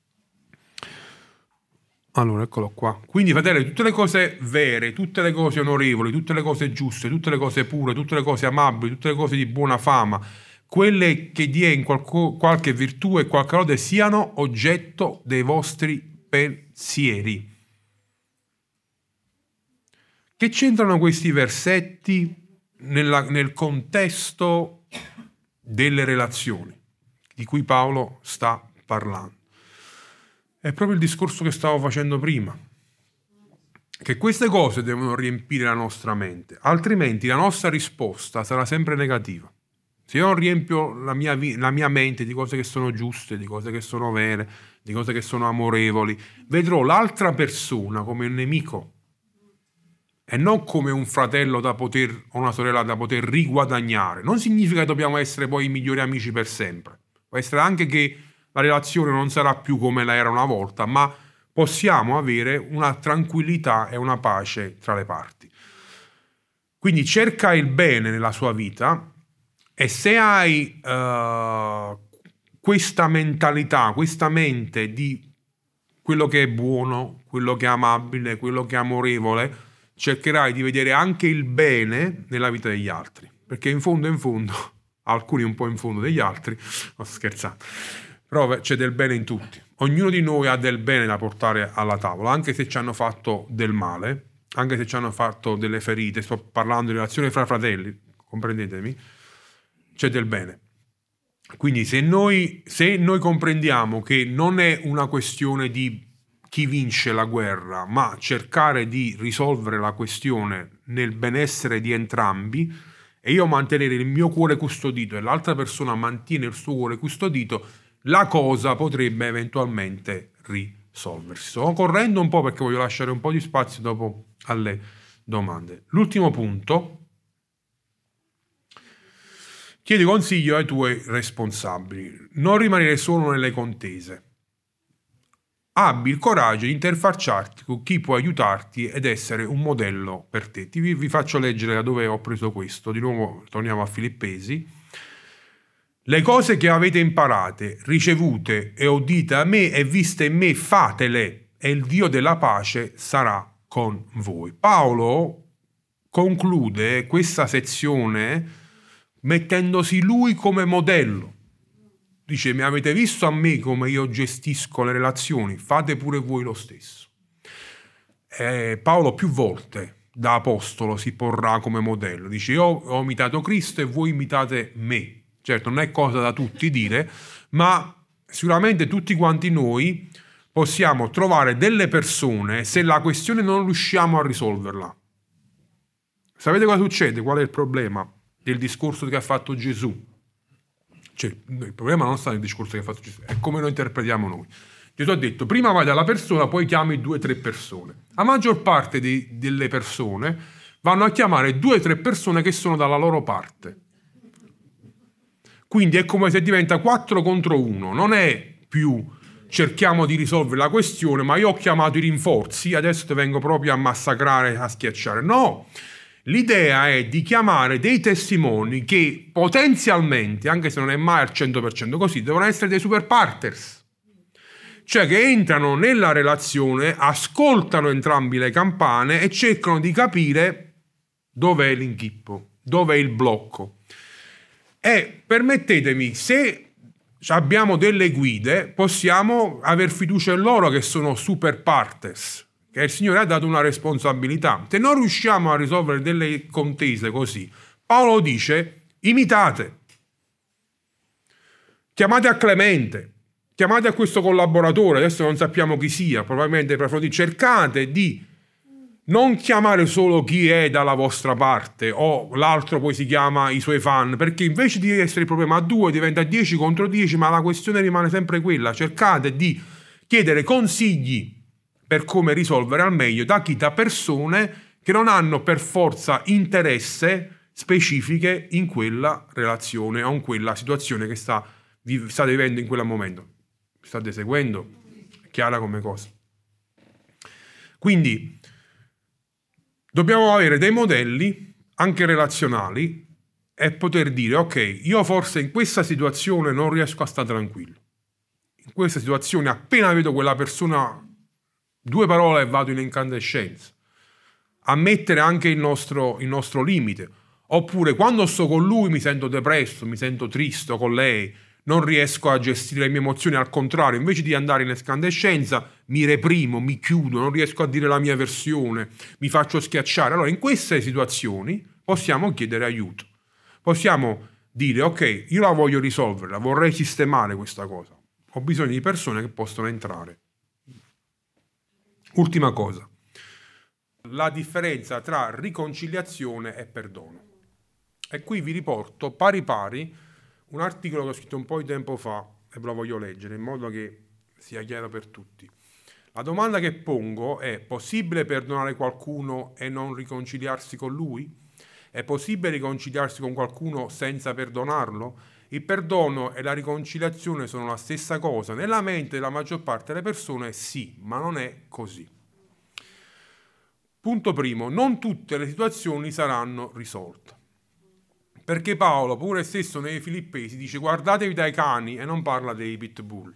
Speaker 1: Allora, eccolo qua. Quindi, fratelli, tutte le cose vere, tutte le cose onorevoli, tutte le cose giuste, tutte le cose pure, tutte le cose amabili, tutte le cose di buona fama, quelle che dia in qualche virtù e qualche lode siano oggetto dei vostri pensieri. Che c'entrano questi versetti nel contesto delle relazioni di cui Paolo sta parlando? È proprio il discorso che stavo facendo prima, che queste cose devono riempire la nostra mente, altrimenti la nostra risposta sarà sempre negativa. Se io non riempio la mia mente di cose che sono giuste, di cose che sono vere, di cose che sono amorevoli, vedrò l'altra persona come un nemico e non come un fratello o una sorella da poter riguadagnare. Non significa che dobbiamo essere poi i migliori amici per sempre. Può essere anche che la relazione non sarà più come la era una volta, ma possiamo avere una tranquillità e una pace tra le parti. Quindi cerca il bene nella sua vita e se hai questa mentalità, questa mente di quello che è buono, quello che è amabile, quello che è amorevole, cercherai di vedere anche il bene nella vita degli altri, perché in fondo, alcuni un po' in fondo degli altri, sto scherzando, però c'è del bene in tutti. Ognuno di noi ha del bene da portare alla tavola, anche se ci hanno fatto del male, anche se ci hanno fatto delle ferite. Sto parlando di relazioni fra fratelli, comprendetemi, c'è del bene. Quindi se noi comprendiamo che non è una questione di chi vince la guerra, ma cercare di risolvere la questione nel benessere di entrambi e io mantenere il mio cuore custodito e l'altra persona mantiene il suo cuore custodito, la cosa potrebbe eventualmente risolversi. Sto correndo un po' perché voglio lasciare un po' di spazio dopo alle domande. L'ultimo punto: chiedi consiglio ai tuoi responsabili. Non rimanere solo nelle contese. Abbi il coraggio di interfacciarti con chi può aiutarti ed essere un modello per te. Vi faccio leggere da dove ho preso questo. Di nuovo torniamo a Filippesi. Le cose che avete imparate, ricevute e udite a me e viste in me, fatele, e il Dio della pace sarà con voi. Paolo conclude questa sezione mettendosi lui come modello. Dice: mi avete visto a me come io gestisco le relazioni, fate pure voi lo stesso. Paolo più volte da apostolo si porrà come modello. Dice: io ho imitato Cristo e voi imitate me. Certo, non è cosa da tutti dire, ma sicuramente tutti quanti noi possiamo trovare delle persone se la questione non riusciamo a risolverla. Sapete cosa succede? Qual è il problema del discorso che ha fatto Gesù? Cioè, il problema non sta nel discorso che ha fatto Gesù, è come lo interpretiamo noi. Gesù ha detto: prima vai dalla persona, poi chiami 2 o 3 persone. La maggior parte delle persone vanno a chiamare 2 o 3 persone che sono dalla loro parte. Quindi è come se diventa 4 contro 1, non è più cerchiamo di risolvere la questione, ma io ho chiamato i rinforzi, adesso ti vengo proprio a massacrare, a schiacciare. No! L'idea è di chiamare dei testimoni che potenzialmente, anche se non è mai al 100% così, devono essere dei super partners. Cioè che entrano nella relazione, ascoltano entrambi le campane e cercano di capire dov'è l'inghippo, dov'è il blocco. E permettetemi, se abbiamo delle guide, possiamo aver fiducia in loro che sono super partners, che il Signore ha dato una responsabilità. Se non riusciamo a risolvere delle contese così, Paolo dice: imitate, chiamate a Clemente, chiamate a questo collaboratore, adesso non sappiamo chi sia, probabilmente per fratelli, cercate di non chiamare solo chi è dalla vostra parte o l'altro poi si chiama i suoi fan, perché invece di essere il problema a 2 diventa 10 contro 10, ma la questione rimane sempre quella. Cercate di chiedere consigli per come risolvere al meglio da persone che non hanno per forza interesse specifiche in quella relazione o in quella situazione che state vivendo in quel momento. State seguendo? È chiara come cosa. Quindi dobbiamo avere dei modelli anche relazionali e poter dire: ok, io forse in questa situazione non riesco a stare tranquillo. In questa situazione appena vedo quella persona 2 parole e vado in incandescenza. Ammettere anche il nostro limite. Oppure quando sto con lui mi sento depresso, mi sento triste con lei, non riesco a gestire le mie emozioni, al contrario, invece di andare in escandescenza mi reprimo, mi chiudo, non riesco a dire la mia versione, mi faccio schiacciare. Allora in queste situazioni possiamo chiedere aiuto. Possiamo dire: ok, io la voglio risolvere, vorrei sistemare questa cosa. Ho bisogno di persone che possono entrare. Ultima cosa, la differenza tra riconciliazione e perdono. E qui vi riporto pari un articolo che ho scritto un po' di tempo fa e ve lo voglio leggere in modo che sia chiaro per tutti. La domanda che pongo è: possibile perdonare qualcuno e non riconciliarsi con lui? È possibile riconciliarsi con qualcuno senza perdonarlo? Il perdono e la riconciliazione sono la stessa cosa. Nella mente della maggior parte delle persone sì, ma non è così. Punto primo: non tutte le situazioni saranno risolte. Perché Paolo, pure stesso nei Filippesi, dice: guardatevi dai cani, e non parla dei pitbull.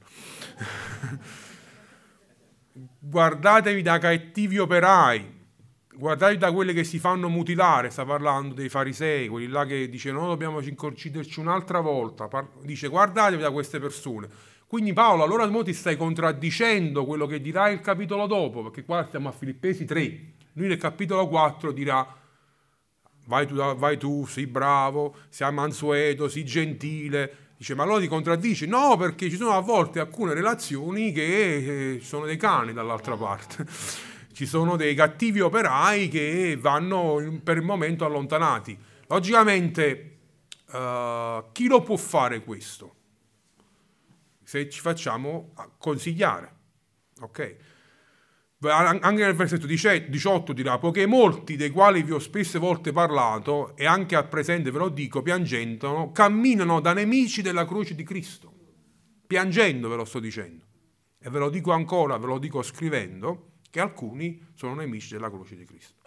Speaker 1: Guardatevi da cattivi operai, guardatevi da quelli che si fanno mutilare. Sta parlando dei farisei, quelli là che dicono: no, dobbiamo circonciderci un'altra volta. Dice: guardatevi da queste persone. Quindi Paolo, allora mo ti stai contraddicendo quello che dirà il capitolo dopo, perché qua stiamo a Filippesi 3. Lui nel capitolo 4 dirà: vai tu, sii bravo, sii mansueto, sii gentile. Dice: ma allora ti contraddici? No, perché ci sono a volte alcune relazioni che sono dei cani dall'altra parte. Ci sono dei cattivi operai che vanno per il momento allontanati. Logicamente, chi lo può fare questo? Se ci facciamo consigliare, ok? Anche nel versetto 18 dirà, poiché molti dei quali vi ho spesse volte parlato, e anche al presente ve lo dico, piangendo, camminano da nemici della croce di Cristo. Piangendo ve lo sto dicendo. E ve lo dico ancora, ve lo dico scrivendo, che alcuni sono nemici della croce di Cristo.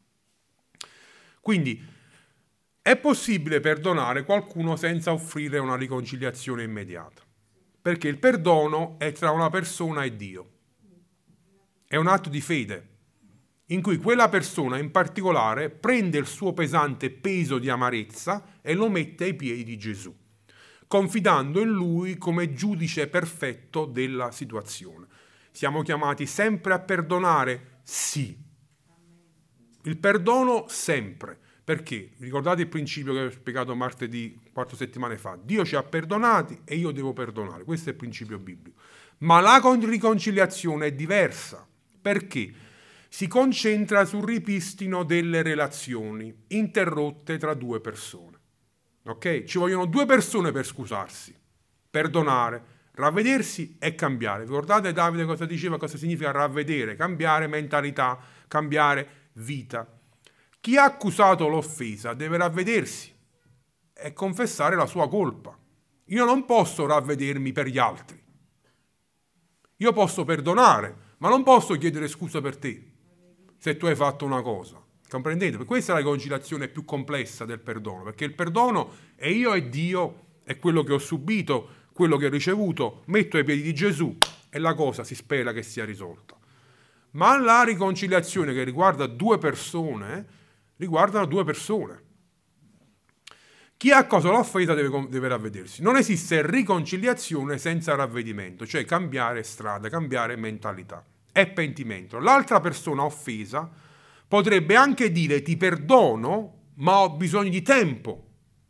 Speaker 1: Quindi è possibile perdonare qualcuno senza offrire una riconciliazione immediata, perché il perdono è tra una persona e Dio. È un atto di fede, in cui quella persona in particolare prende il suo pesante peso di amarezza e lo mette ai piedi di Gesù, confidando in Lui come giudice perfetto della situazione. Siamo chiamati sempre a perdonare? Sì. Il perdono sempre. Perché? Ricordate il principio che ho spiegato martedì, 4 settimane fa? Dio ci ha perdonati e io devo perdonare. Questo è il principio biblico. Ma la riconciliazione è diversa. Perché? Si concentra sul ripristino delle relazioni interrotte tra due persone. Ok? Ci vogliono due persone per scusarsi, perdonare, ravvedersi e cambiare. Ricordate Davide cosa diceva? Cosa significa ravvedere? Cambiare mentalità, cambiare vita. Chi ha accusato l'offesa deve ravvedersi e confessare la sua colpa. Io non posso ravvedermi per gli altri. Io posso perdonare, ma non posso chiedere scusa per te se tu hai fatto una cosa. Comprendete? Per questa è la riconciliazione più complessa del perdono, perché il perdono è io e Dio, è quello che ho subito, quello che ho ricevuto, metto ai piedi di Gesù e la cosa si spera che sia risolta. Ma la riconciliazione che riguarda due persone, riguardano due persone. Chi ha accusato l'offesa deve ravvedersi. Non esiste riconciliazione senza ravvedimento, cioè cambiare strada, cambiare mentalità. È pentimento. L'altra persona offesa potrebbe anche dire ti perdono, ma ho bisogno di tempo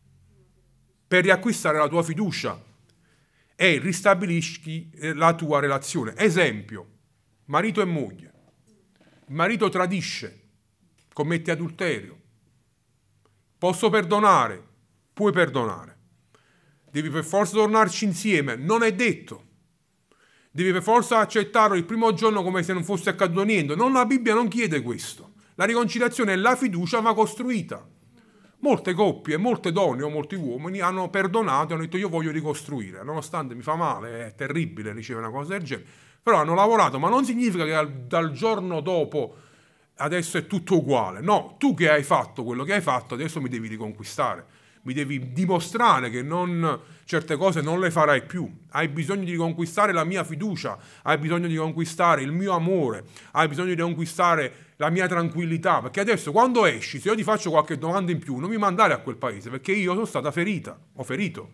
Speaker 1: per riacquistare la tua fiducia e ristabilisci la tua relazione. Esempio, marito e moglie. Il marito tradisce, commette adulterio. Posso perdonare? Puoi perdonare. Devi per forza tornarci insieme? Non è detto. Devi per forza accettarlo il primo giorno come se non fosse accaduto niente. Non, la Bibbia non chiede questo. La riconciliazione e la fiducia va costruita. Molte coppie, molte donne o molti uomini hanno perdonato e hanno detto io voglio ricostruire, nonostante mi fa male, è terribile ricevere una cosa del genere, però hanno lavorato, ma non significa che dal giorno dopo adesso è tutto uguale. No, tu che hai fatto quello che hai fatto adesso mi devi riconquistare. Mi devi dimostrare che certe cose non le farai più. Hai bisogno di riconquistare la mia fiducia, hai bisogno di conquistare il mio amore, hai bisogno di conquistare la mia tranquillità, perché adesso quando esci, se io ti faccio qualche domanda in più, non mi mandare a quel paese, perché io sono stata ferita, ho ferito.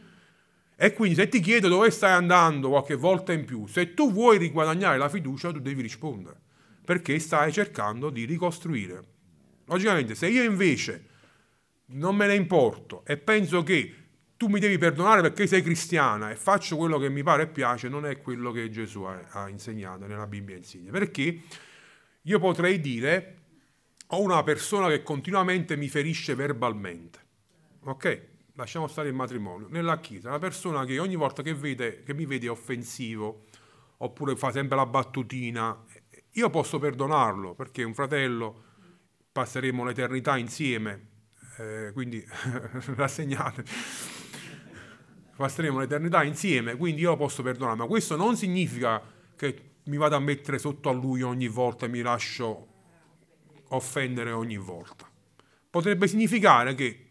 Speaker 1: E quindi se ti chiedo dove stai andando qualche volta in più, se tu vuoi riguadagnare la fiducia, tu devi rispondere, perché stai cercando di ricostruire. Logicamente, se io invece non me ne importo e penso che tu mi devi perdonare perché sei cristiana e faccio quello che mi pare e piace, non è quello che Gesù ha insegnato, nella Bibbia insegna. Perché io potrei dire, ho una persona che continuamente mi ferisce verbalmente, ok? Lasciamo stare il matrimonio. Nella chiesa, una persona che ogni volta che mi vede è offensivo, oppure fa sempre la battutina, io posso perdonarlo perché è un fratello, passeremo l'eternità insieme, quindi rassegnate, passeremo l'eternità insieme, quindi io lo posso perdonare, ma questo non significa che mi vado a mettere sotto a lui ogni volta e mi lascio offendere ogni volta. Potrebbe significare che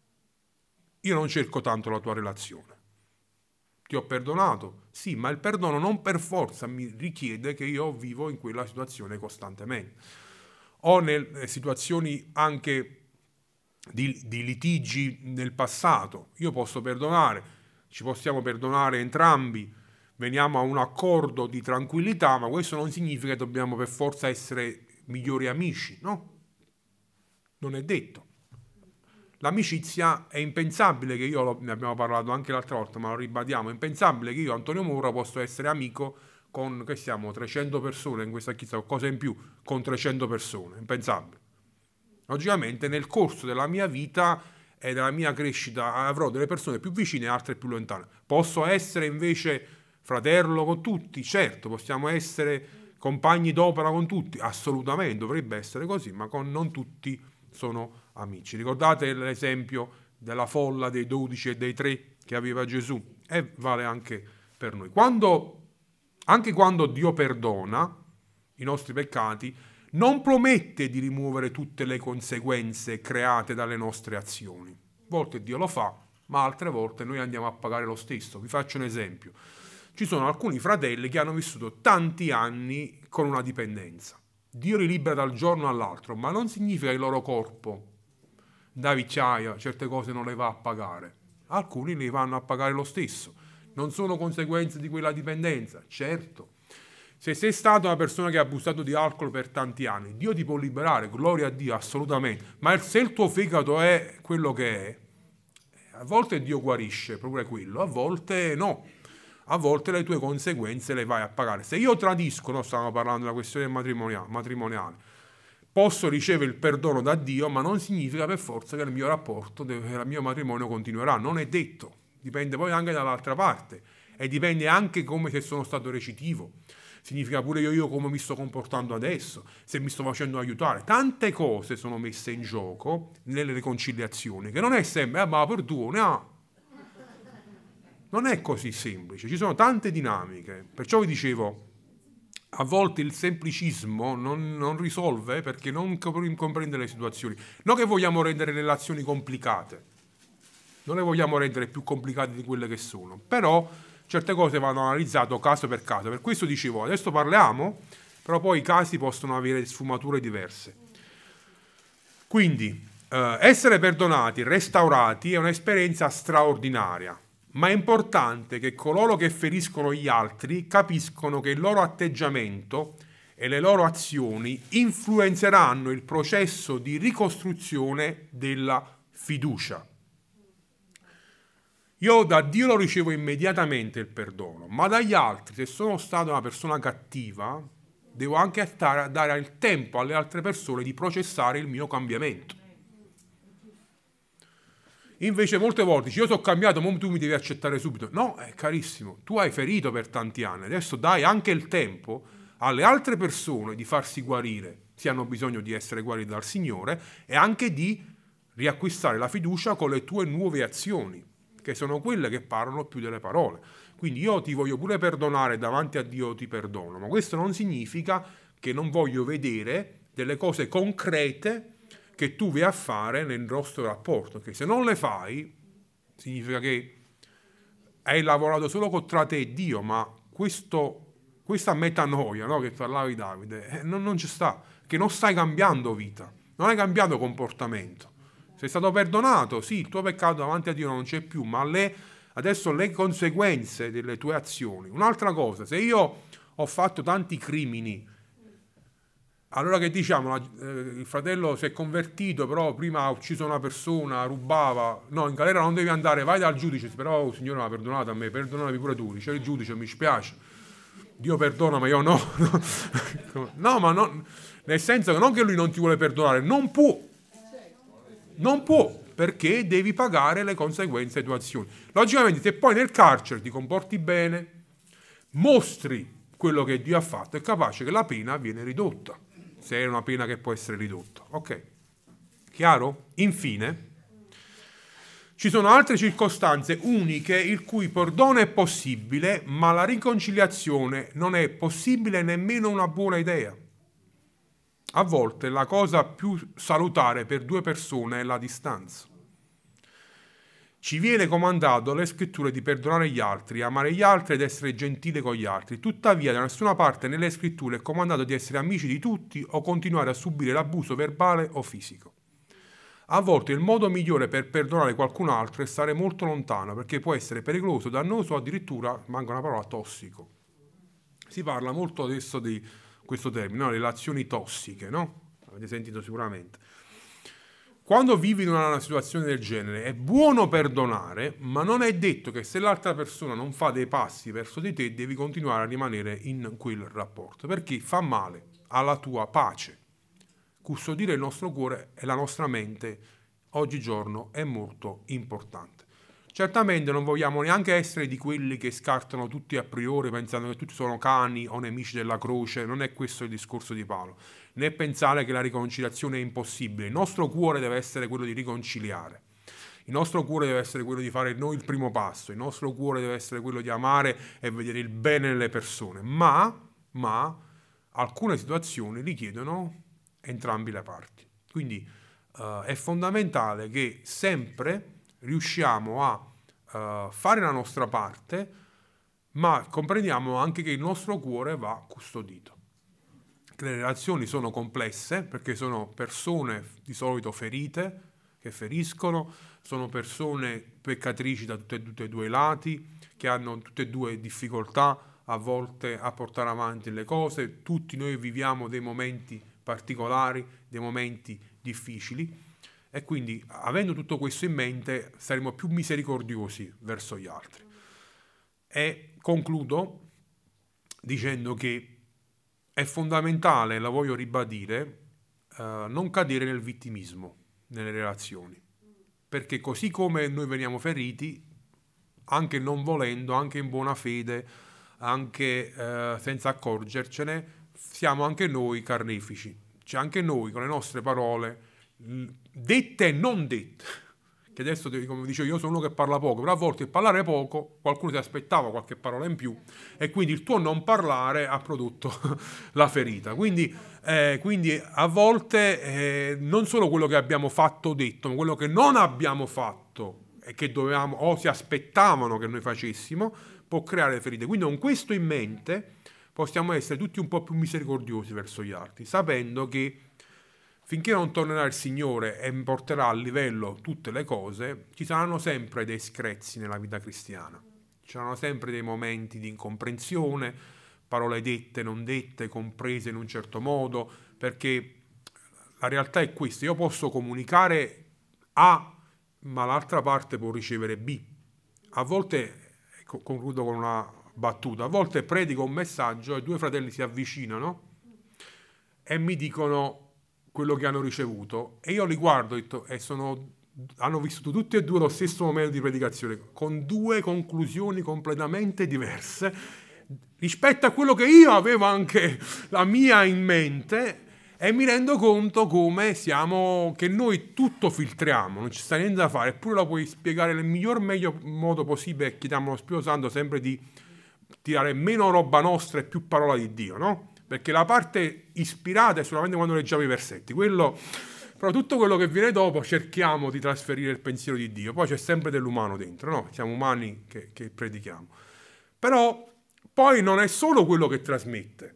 Speaker 1: io non cerco tanto la tua relazione, ti ho perdonato, sì, ma il perdono non per forza mi richiede che io vivo in quella situazione costantemente, o nelle situazioni anche di litigi nel passato. Io posso perdonare, ci possiamo perdonare entrambi, veniamo a un accordo di tranquillità, ma questo non significa che dobbiamo per forza essere migliori amici, no? Non è detto. L'amicizia è impensabile che io, ne abbiamo parlato anche l'altra volta, ma lo ribadiamo, è impensabile che io, Antonio Mura, possa essere amico con, che siamo, 300 persone in questa chiesa, o cosa in più, con 300 persone, impensabile. Logicamente nel corso della mia vita e della mia crescita avrò delle persone più vicine e altre più lontane. Posso essere invece fratello con tutti? Certo, possiamo essere compagni d'opera con tutti? Assolutamente, dovrebbe essere così, ma non tutti sono amici. Ricordate l'esempio della folla dei 12 e dei 3 che aveva Gesù? E vale anche per noi. Anche quando Dio perdona i nostri peccati, non promette di rimuovere tutte le conseguenze create dalle nostre azioni. A volte Dio lo fa, ma altre volte noi andiamo a pagare lo stesso. Vi faccio un esempio. Ci sono alcuni fratelli che hanno vissuto tanti anni con una dipendenza. Dio li libera dal giorno all'altro, ma non significa che il loro corpo da vecchiaia certe cose non le va a pagare. Alcuni le vanno a pagare lo stesso. Non sono conseguenze di quella dipendenza, certo. Se sei stata una persona che ha abusato di alcol per tanti anni, Dio ti può liberare, gloria a Dio, assolutamente. Ma se il tuo fegato è quello che è, a volte Dio guarisce proprio quello, a volte no. A volte le tue conseguenze le vai a pagare. Se io tradisco, no, stavamo parlando della questione matrimoniale, posso ricevere il perdono da Dio, ma non significa per forza che il mio rapporto, il mio matrimonio continuerà. Non è detto. Dipende poi anche dall'altra parte. E dipende anche come se sono stato recitivo. Significa pure io come mi sto comportando adesso, se mi sto facendo aiutare. Tante cose sono messe in gioco nelle riconciliazioni, che non è sempre, ma perdone, non è così semplice, ci sono tante dinamiche. Perciò vi dicevo, a volte il semplicismo non risolve perché non comprende le situazioni. Non che vogliamo rendere le relazioni complicate, non le vogliamo rendere più complicate di quelle che sono, però certe cose vanno analizzate caso per caso. Per questo dicevo, adesso parliamo, però poi i casi possono avere sfumature diverse. Quindi, essere perdonati, restaurati è un'esperienza straordinaria, ma è importante che coloro che feriscono gli altri capiscono che il loro atteggiamento e le loro azioni influenzeranno il processo di ricostruzione della fiducia. Io da Dio lo ricevo immediatamente il perdono, ma dagli altri, se sono stato una persona cattiva, devo anche dare il tempo alle altre persone di processare il mio cambiamento. Invece molte volte dici, io sono cambiato, ma tu mi devi accettare subito. No, carissimo, tu hai ferito per tanti anni, adesso dai anche il tempo alle altre persone di farsi guarire, se hanno bisogno di essere guariti dal Signore, e anche di riacquistare la fiducia con le tue nuove azioni, che sono quelle che parlano più delle parole. Quindi io ti voglio pure perdonare, davanti a Dio ti perdono, ma questo non significa che non voglio vedere delle cose concrete che tu vai a fare nel nostro rapporto, che se non le fai significa che hai lavorato solo tra te e Dio, ma questa metanoia, no, che parlavi Davide, non ci sta, che non stai cambiando vita, non hai cambiato comportamento. Sei stato perdonato, sì, il tuo peccato davanti a Dio non c'è più, ma adesso le conseguenze delle tue azioni. Un'altra cosa, se io ho fatto tanti crimini, allora che diciamo, il fratello si è convertito, però prima ha ucciso una persona, rubava, no, in galera non devi andare, vai dal giudice, però il Signore mi ha perdonato a me, perdonavi pure tu, dice il giudice, mi spiace, Dio perdona ma io no. No, ma non, nel senso che non che lui non ti vuole perdonare, non può, perché devi pagare le conseguenze delle tue azioni. Logicamente, se poi nel carcere ti comporti bene, mostri quello che Dio ha fatto, è capace che la pena viene ridotta, se è una pena che può essere ridotta. Ok? Chiaro? Infine, ci sono altre circostanze uniche il cui perdono è possibile, ma la riconciliazione non è possibile nemmeno una buona idea. A volte la cosa più salutare per due persone è la distanza. Ci viene comandato alle scritture di perdonare gli altri, amare gli altri ed essere gentile con gli altri. Tuttavia, da nessuna parte nelle scritture è comandato di essere amici di tutti o continuare a subire l'abuso verbale o fisico. A volte il modo migliore per perdonare qualcun altro è stare molto lontano, perché può essere pericoloso, dannoso o addirittura, manca una parola, tossico. Si parla molto adesso di questo termine, no? Relazioni tossiche, no? Avete sentito sicuramente. Quando vivi in una situazione del genere è buono perdonare, ma non è detto che se l'altra persona non fa dei passi verso di te devi continuare a rimanere in quel rapporto, perché fa male alla tua pace. custodire il nostro cuore e la nostra mente oggigiorno è molto importante. Certamente non vogliamo neanche essere di quelli che scartano tutti a priori pensando che tutti sono cani o nemici della croce, non è questo il discorso di Paolo, né pensare che la riconciliazione è impossibile. Il nostro cuore deve essere quello di riconciliare, il nostro cuore deve essere quello di fare noi il primo passo, il nostro cuore deve essere quello di amare e vedere il bene nelle persone, ma alcune situazioni richiedono entrambi le parti. Quindi è fondamentale che sempre riusciamo a fare la nostra parte, ma comprendiamo anche che il nostro cuore va custodito. Le relazioni sono complesse perché sono persone di solito ferite, che feriscono, sono persone peccatrici da tutti e due i lati, che hanno tutte e due difficoltà a volte a portare avanti le cose. Tutti noi viviamo dei momenti particolari, dei momenti difficili, e quindi avendo tutto questo in mente saremo più misericordiosi verso gli altri. E concludo dicendo che è fondamentale, la voglio ribadire, non cadere nel vittimismo nelle relazioni, perché così come noi veniamo feriti, anche non volendo, anche in buona fede, anche senza accorgercene, siamo anche noi carnefici, cioè anche noi con le nostre parole, dette e non dette, che adesso, come dicevo, io sono uno che parla poco, però a volte il parlare poco, qualcuno si aspettava qualche parola in più e quindi il tuo non parlare ha prodotto la ferita. Quindi a volte non solo quello che abbiamo fatto o detto, ma quello che non abbiamo fatto e che dovevamo o si aspettavano che noi facessimo può creare ferite. Quindi con questo in mente possiamo essere tutti un po' più misericordiosi verso gli altri, sapendo che finché non tornerà il Signore e porterà a livello tutte le cose, ci saranno sempre dei screzi nella vita cristiana. Ci saranno sempre dei momenti di incomprensione, parole dette, non dette, comprese in un certo modo, perché la realtà è questa. Io posso comunicare A, ma l'altra parte può ricevere B. A volte, concludo con una battuta, a volte predico un messaggio e due fratelli si avvicinano e mi dicono quello che hanno ricevuto e io li guardo e hanno vissuto tutti e due lo stesso momento di predicazione con due conclusioni completamente diverse rispetto a quello che io avevo anche la mia in mente, e mi rendo conto come che noi tutto filtriamo, non ci sta niente da fare, eppure lo puoi spiegare nel meglio modo possibile. Chiediamo allo Spirito Santo sempre di tirare meno roba nostra e più parola di Dio, no? Perché la parte ispirata è solamente quando leggiamo i versetti, però tutto quello che viene dopo cerchiamo di trasferire il pensiero di Dio, poi c'è sempre dell'umano dentro, no? Siamo umani che predichiamo. Però poi non è solo quello che trasmette,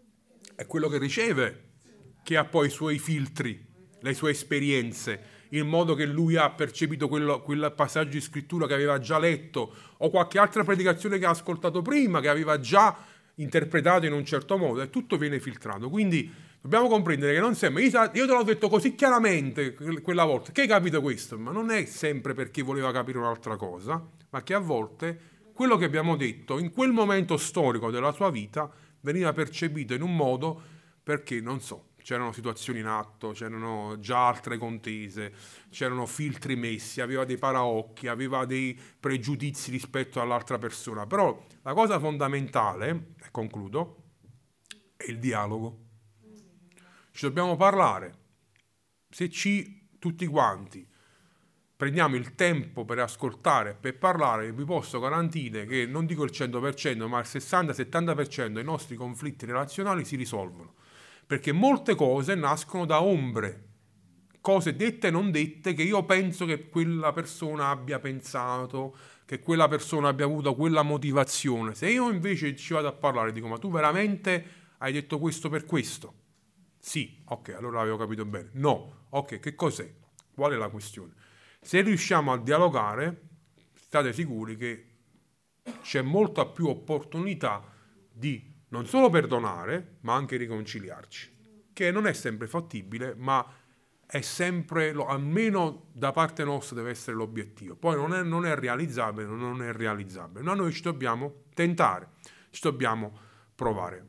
Speaker 1: è quello che riceve che ha poi i suoi filtri, le sue esperienze, il modo che lui ha percepito quel passaggio di scrittura che aveva già letto o qualche altra predicazione che ha ascoltato prima, che aveva già interpretato in un certo modo, e tutto viene filtrato. Quindi dobbiamo comprendere che non sempre, io te l'ho detto così chiaramente quella volta, che hai capito questo? Ma non è sempre perché voleva capire un'altra cosa, ma che a volte quello che abbiamo detto in quel momento storico della sua vita veniva percepito in un modo perché, non so, c'erano situazioni in atto, c'erano già altre contese, c'erano filtri messi, aveva dei paraocchi, aveva dei pregiudizi rispetto all'altra persona. Però la cosa fondamentale, e concludo, è il dialogo. Ci dobbiamo parlare. Se tutti quanti prendiamo il tempo per ascoltare, per parlare, vi posso garantire che non dico il 100%, ma il 60-70% dei nostri conflitti relazionali si risolvono. Perché molte cose nascono da ombre, cose dette e non dette, che io penso che quella persona abbia pensato, che quella persona abbia avuto quella motivazione. Se io invece ci vado a parlare e dico: ma tu veramente hai detto questo per questo? Sì, ok, allora avevo capito bene. No, ok, che cos'è? Qual è la questione? Se riusciamo a dialogare, state sicuri che c'è molta più opportunità di non solo perdonare, ma anche riconciliarci, che non è sempre fattibile, ma è sempre, almeno da parte nostra deve essere l'obiettivo. Poi non è realizzabile, ma noi ci dobbiamo tentare, ci dobbiamo provare.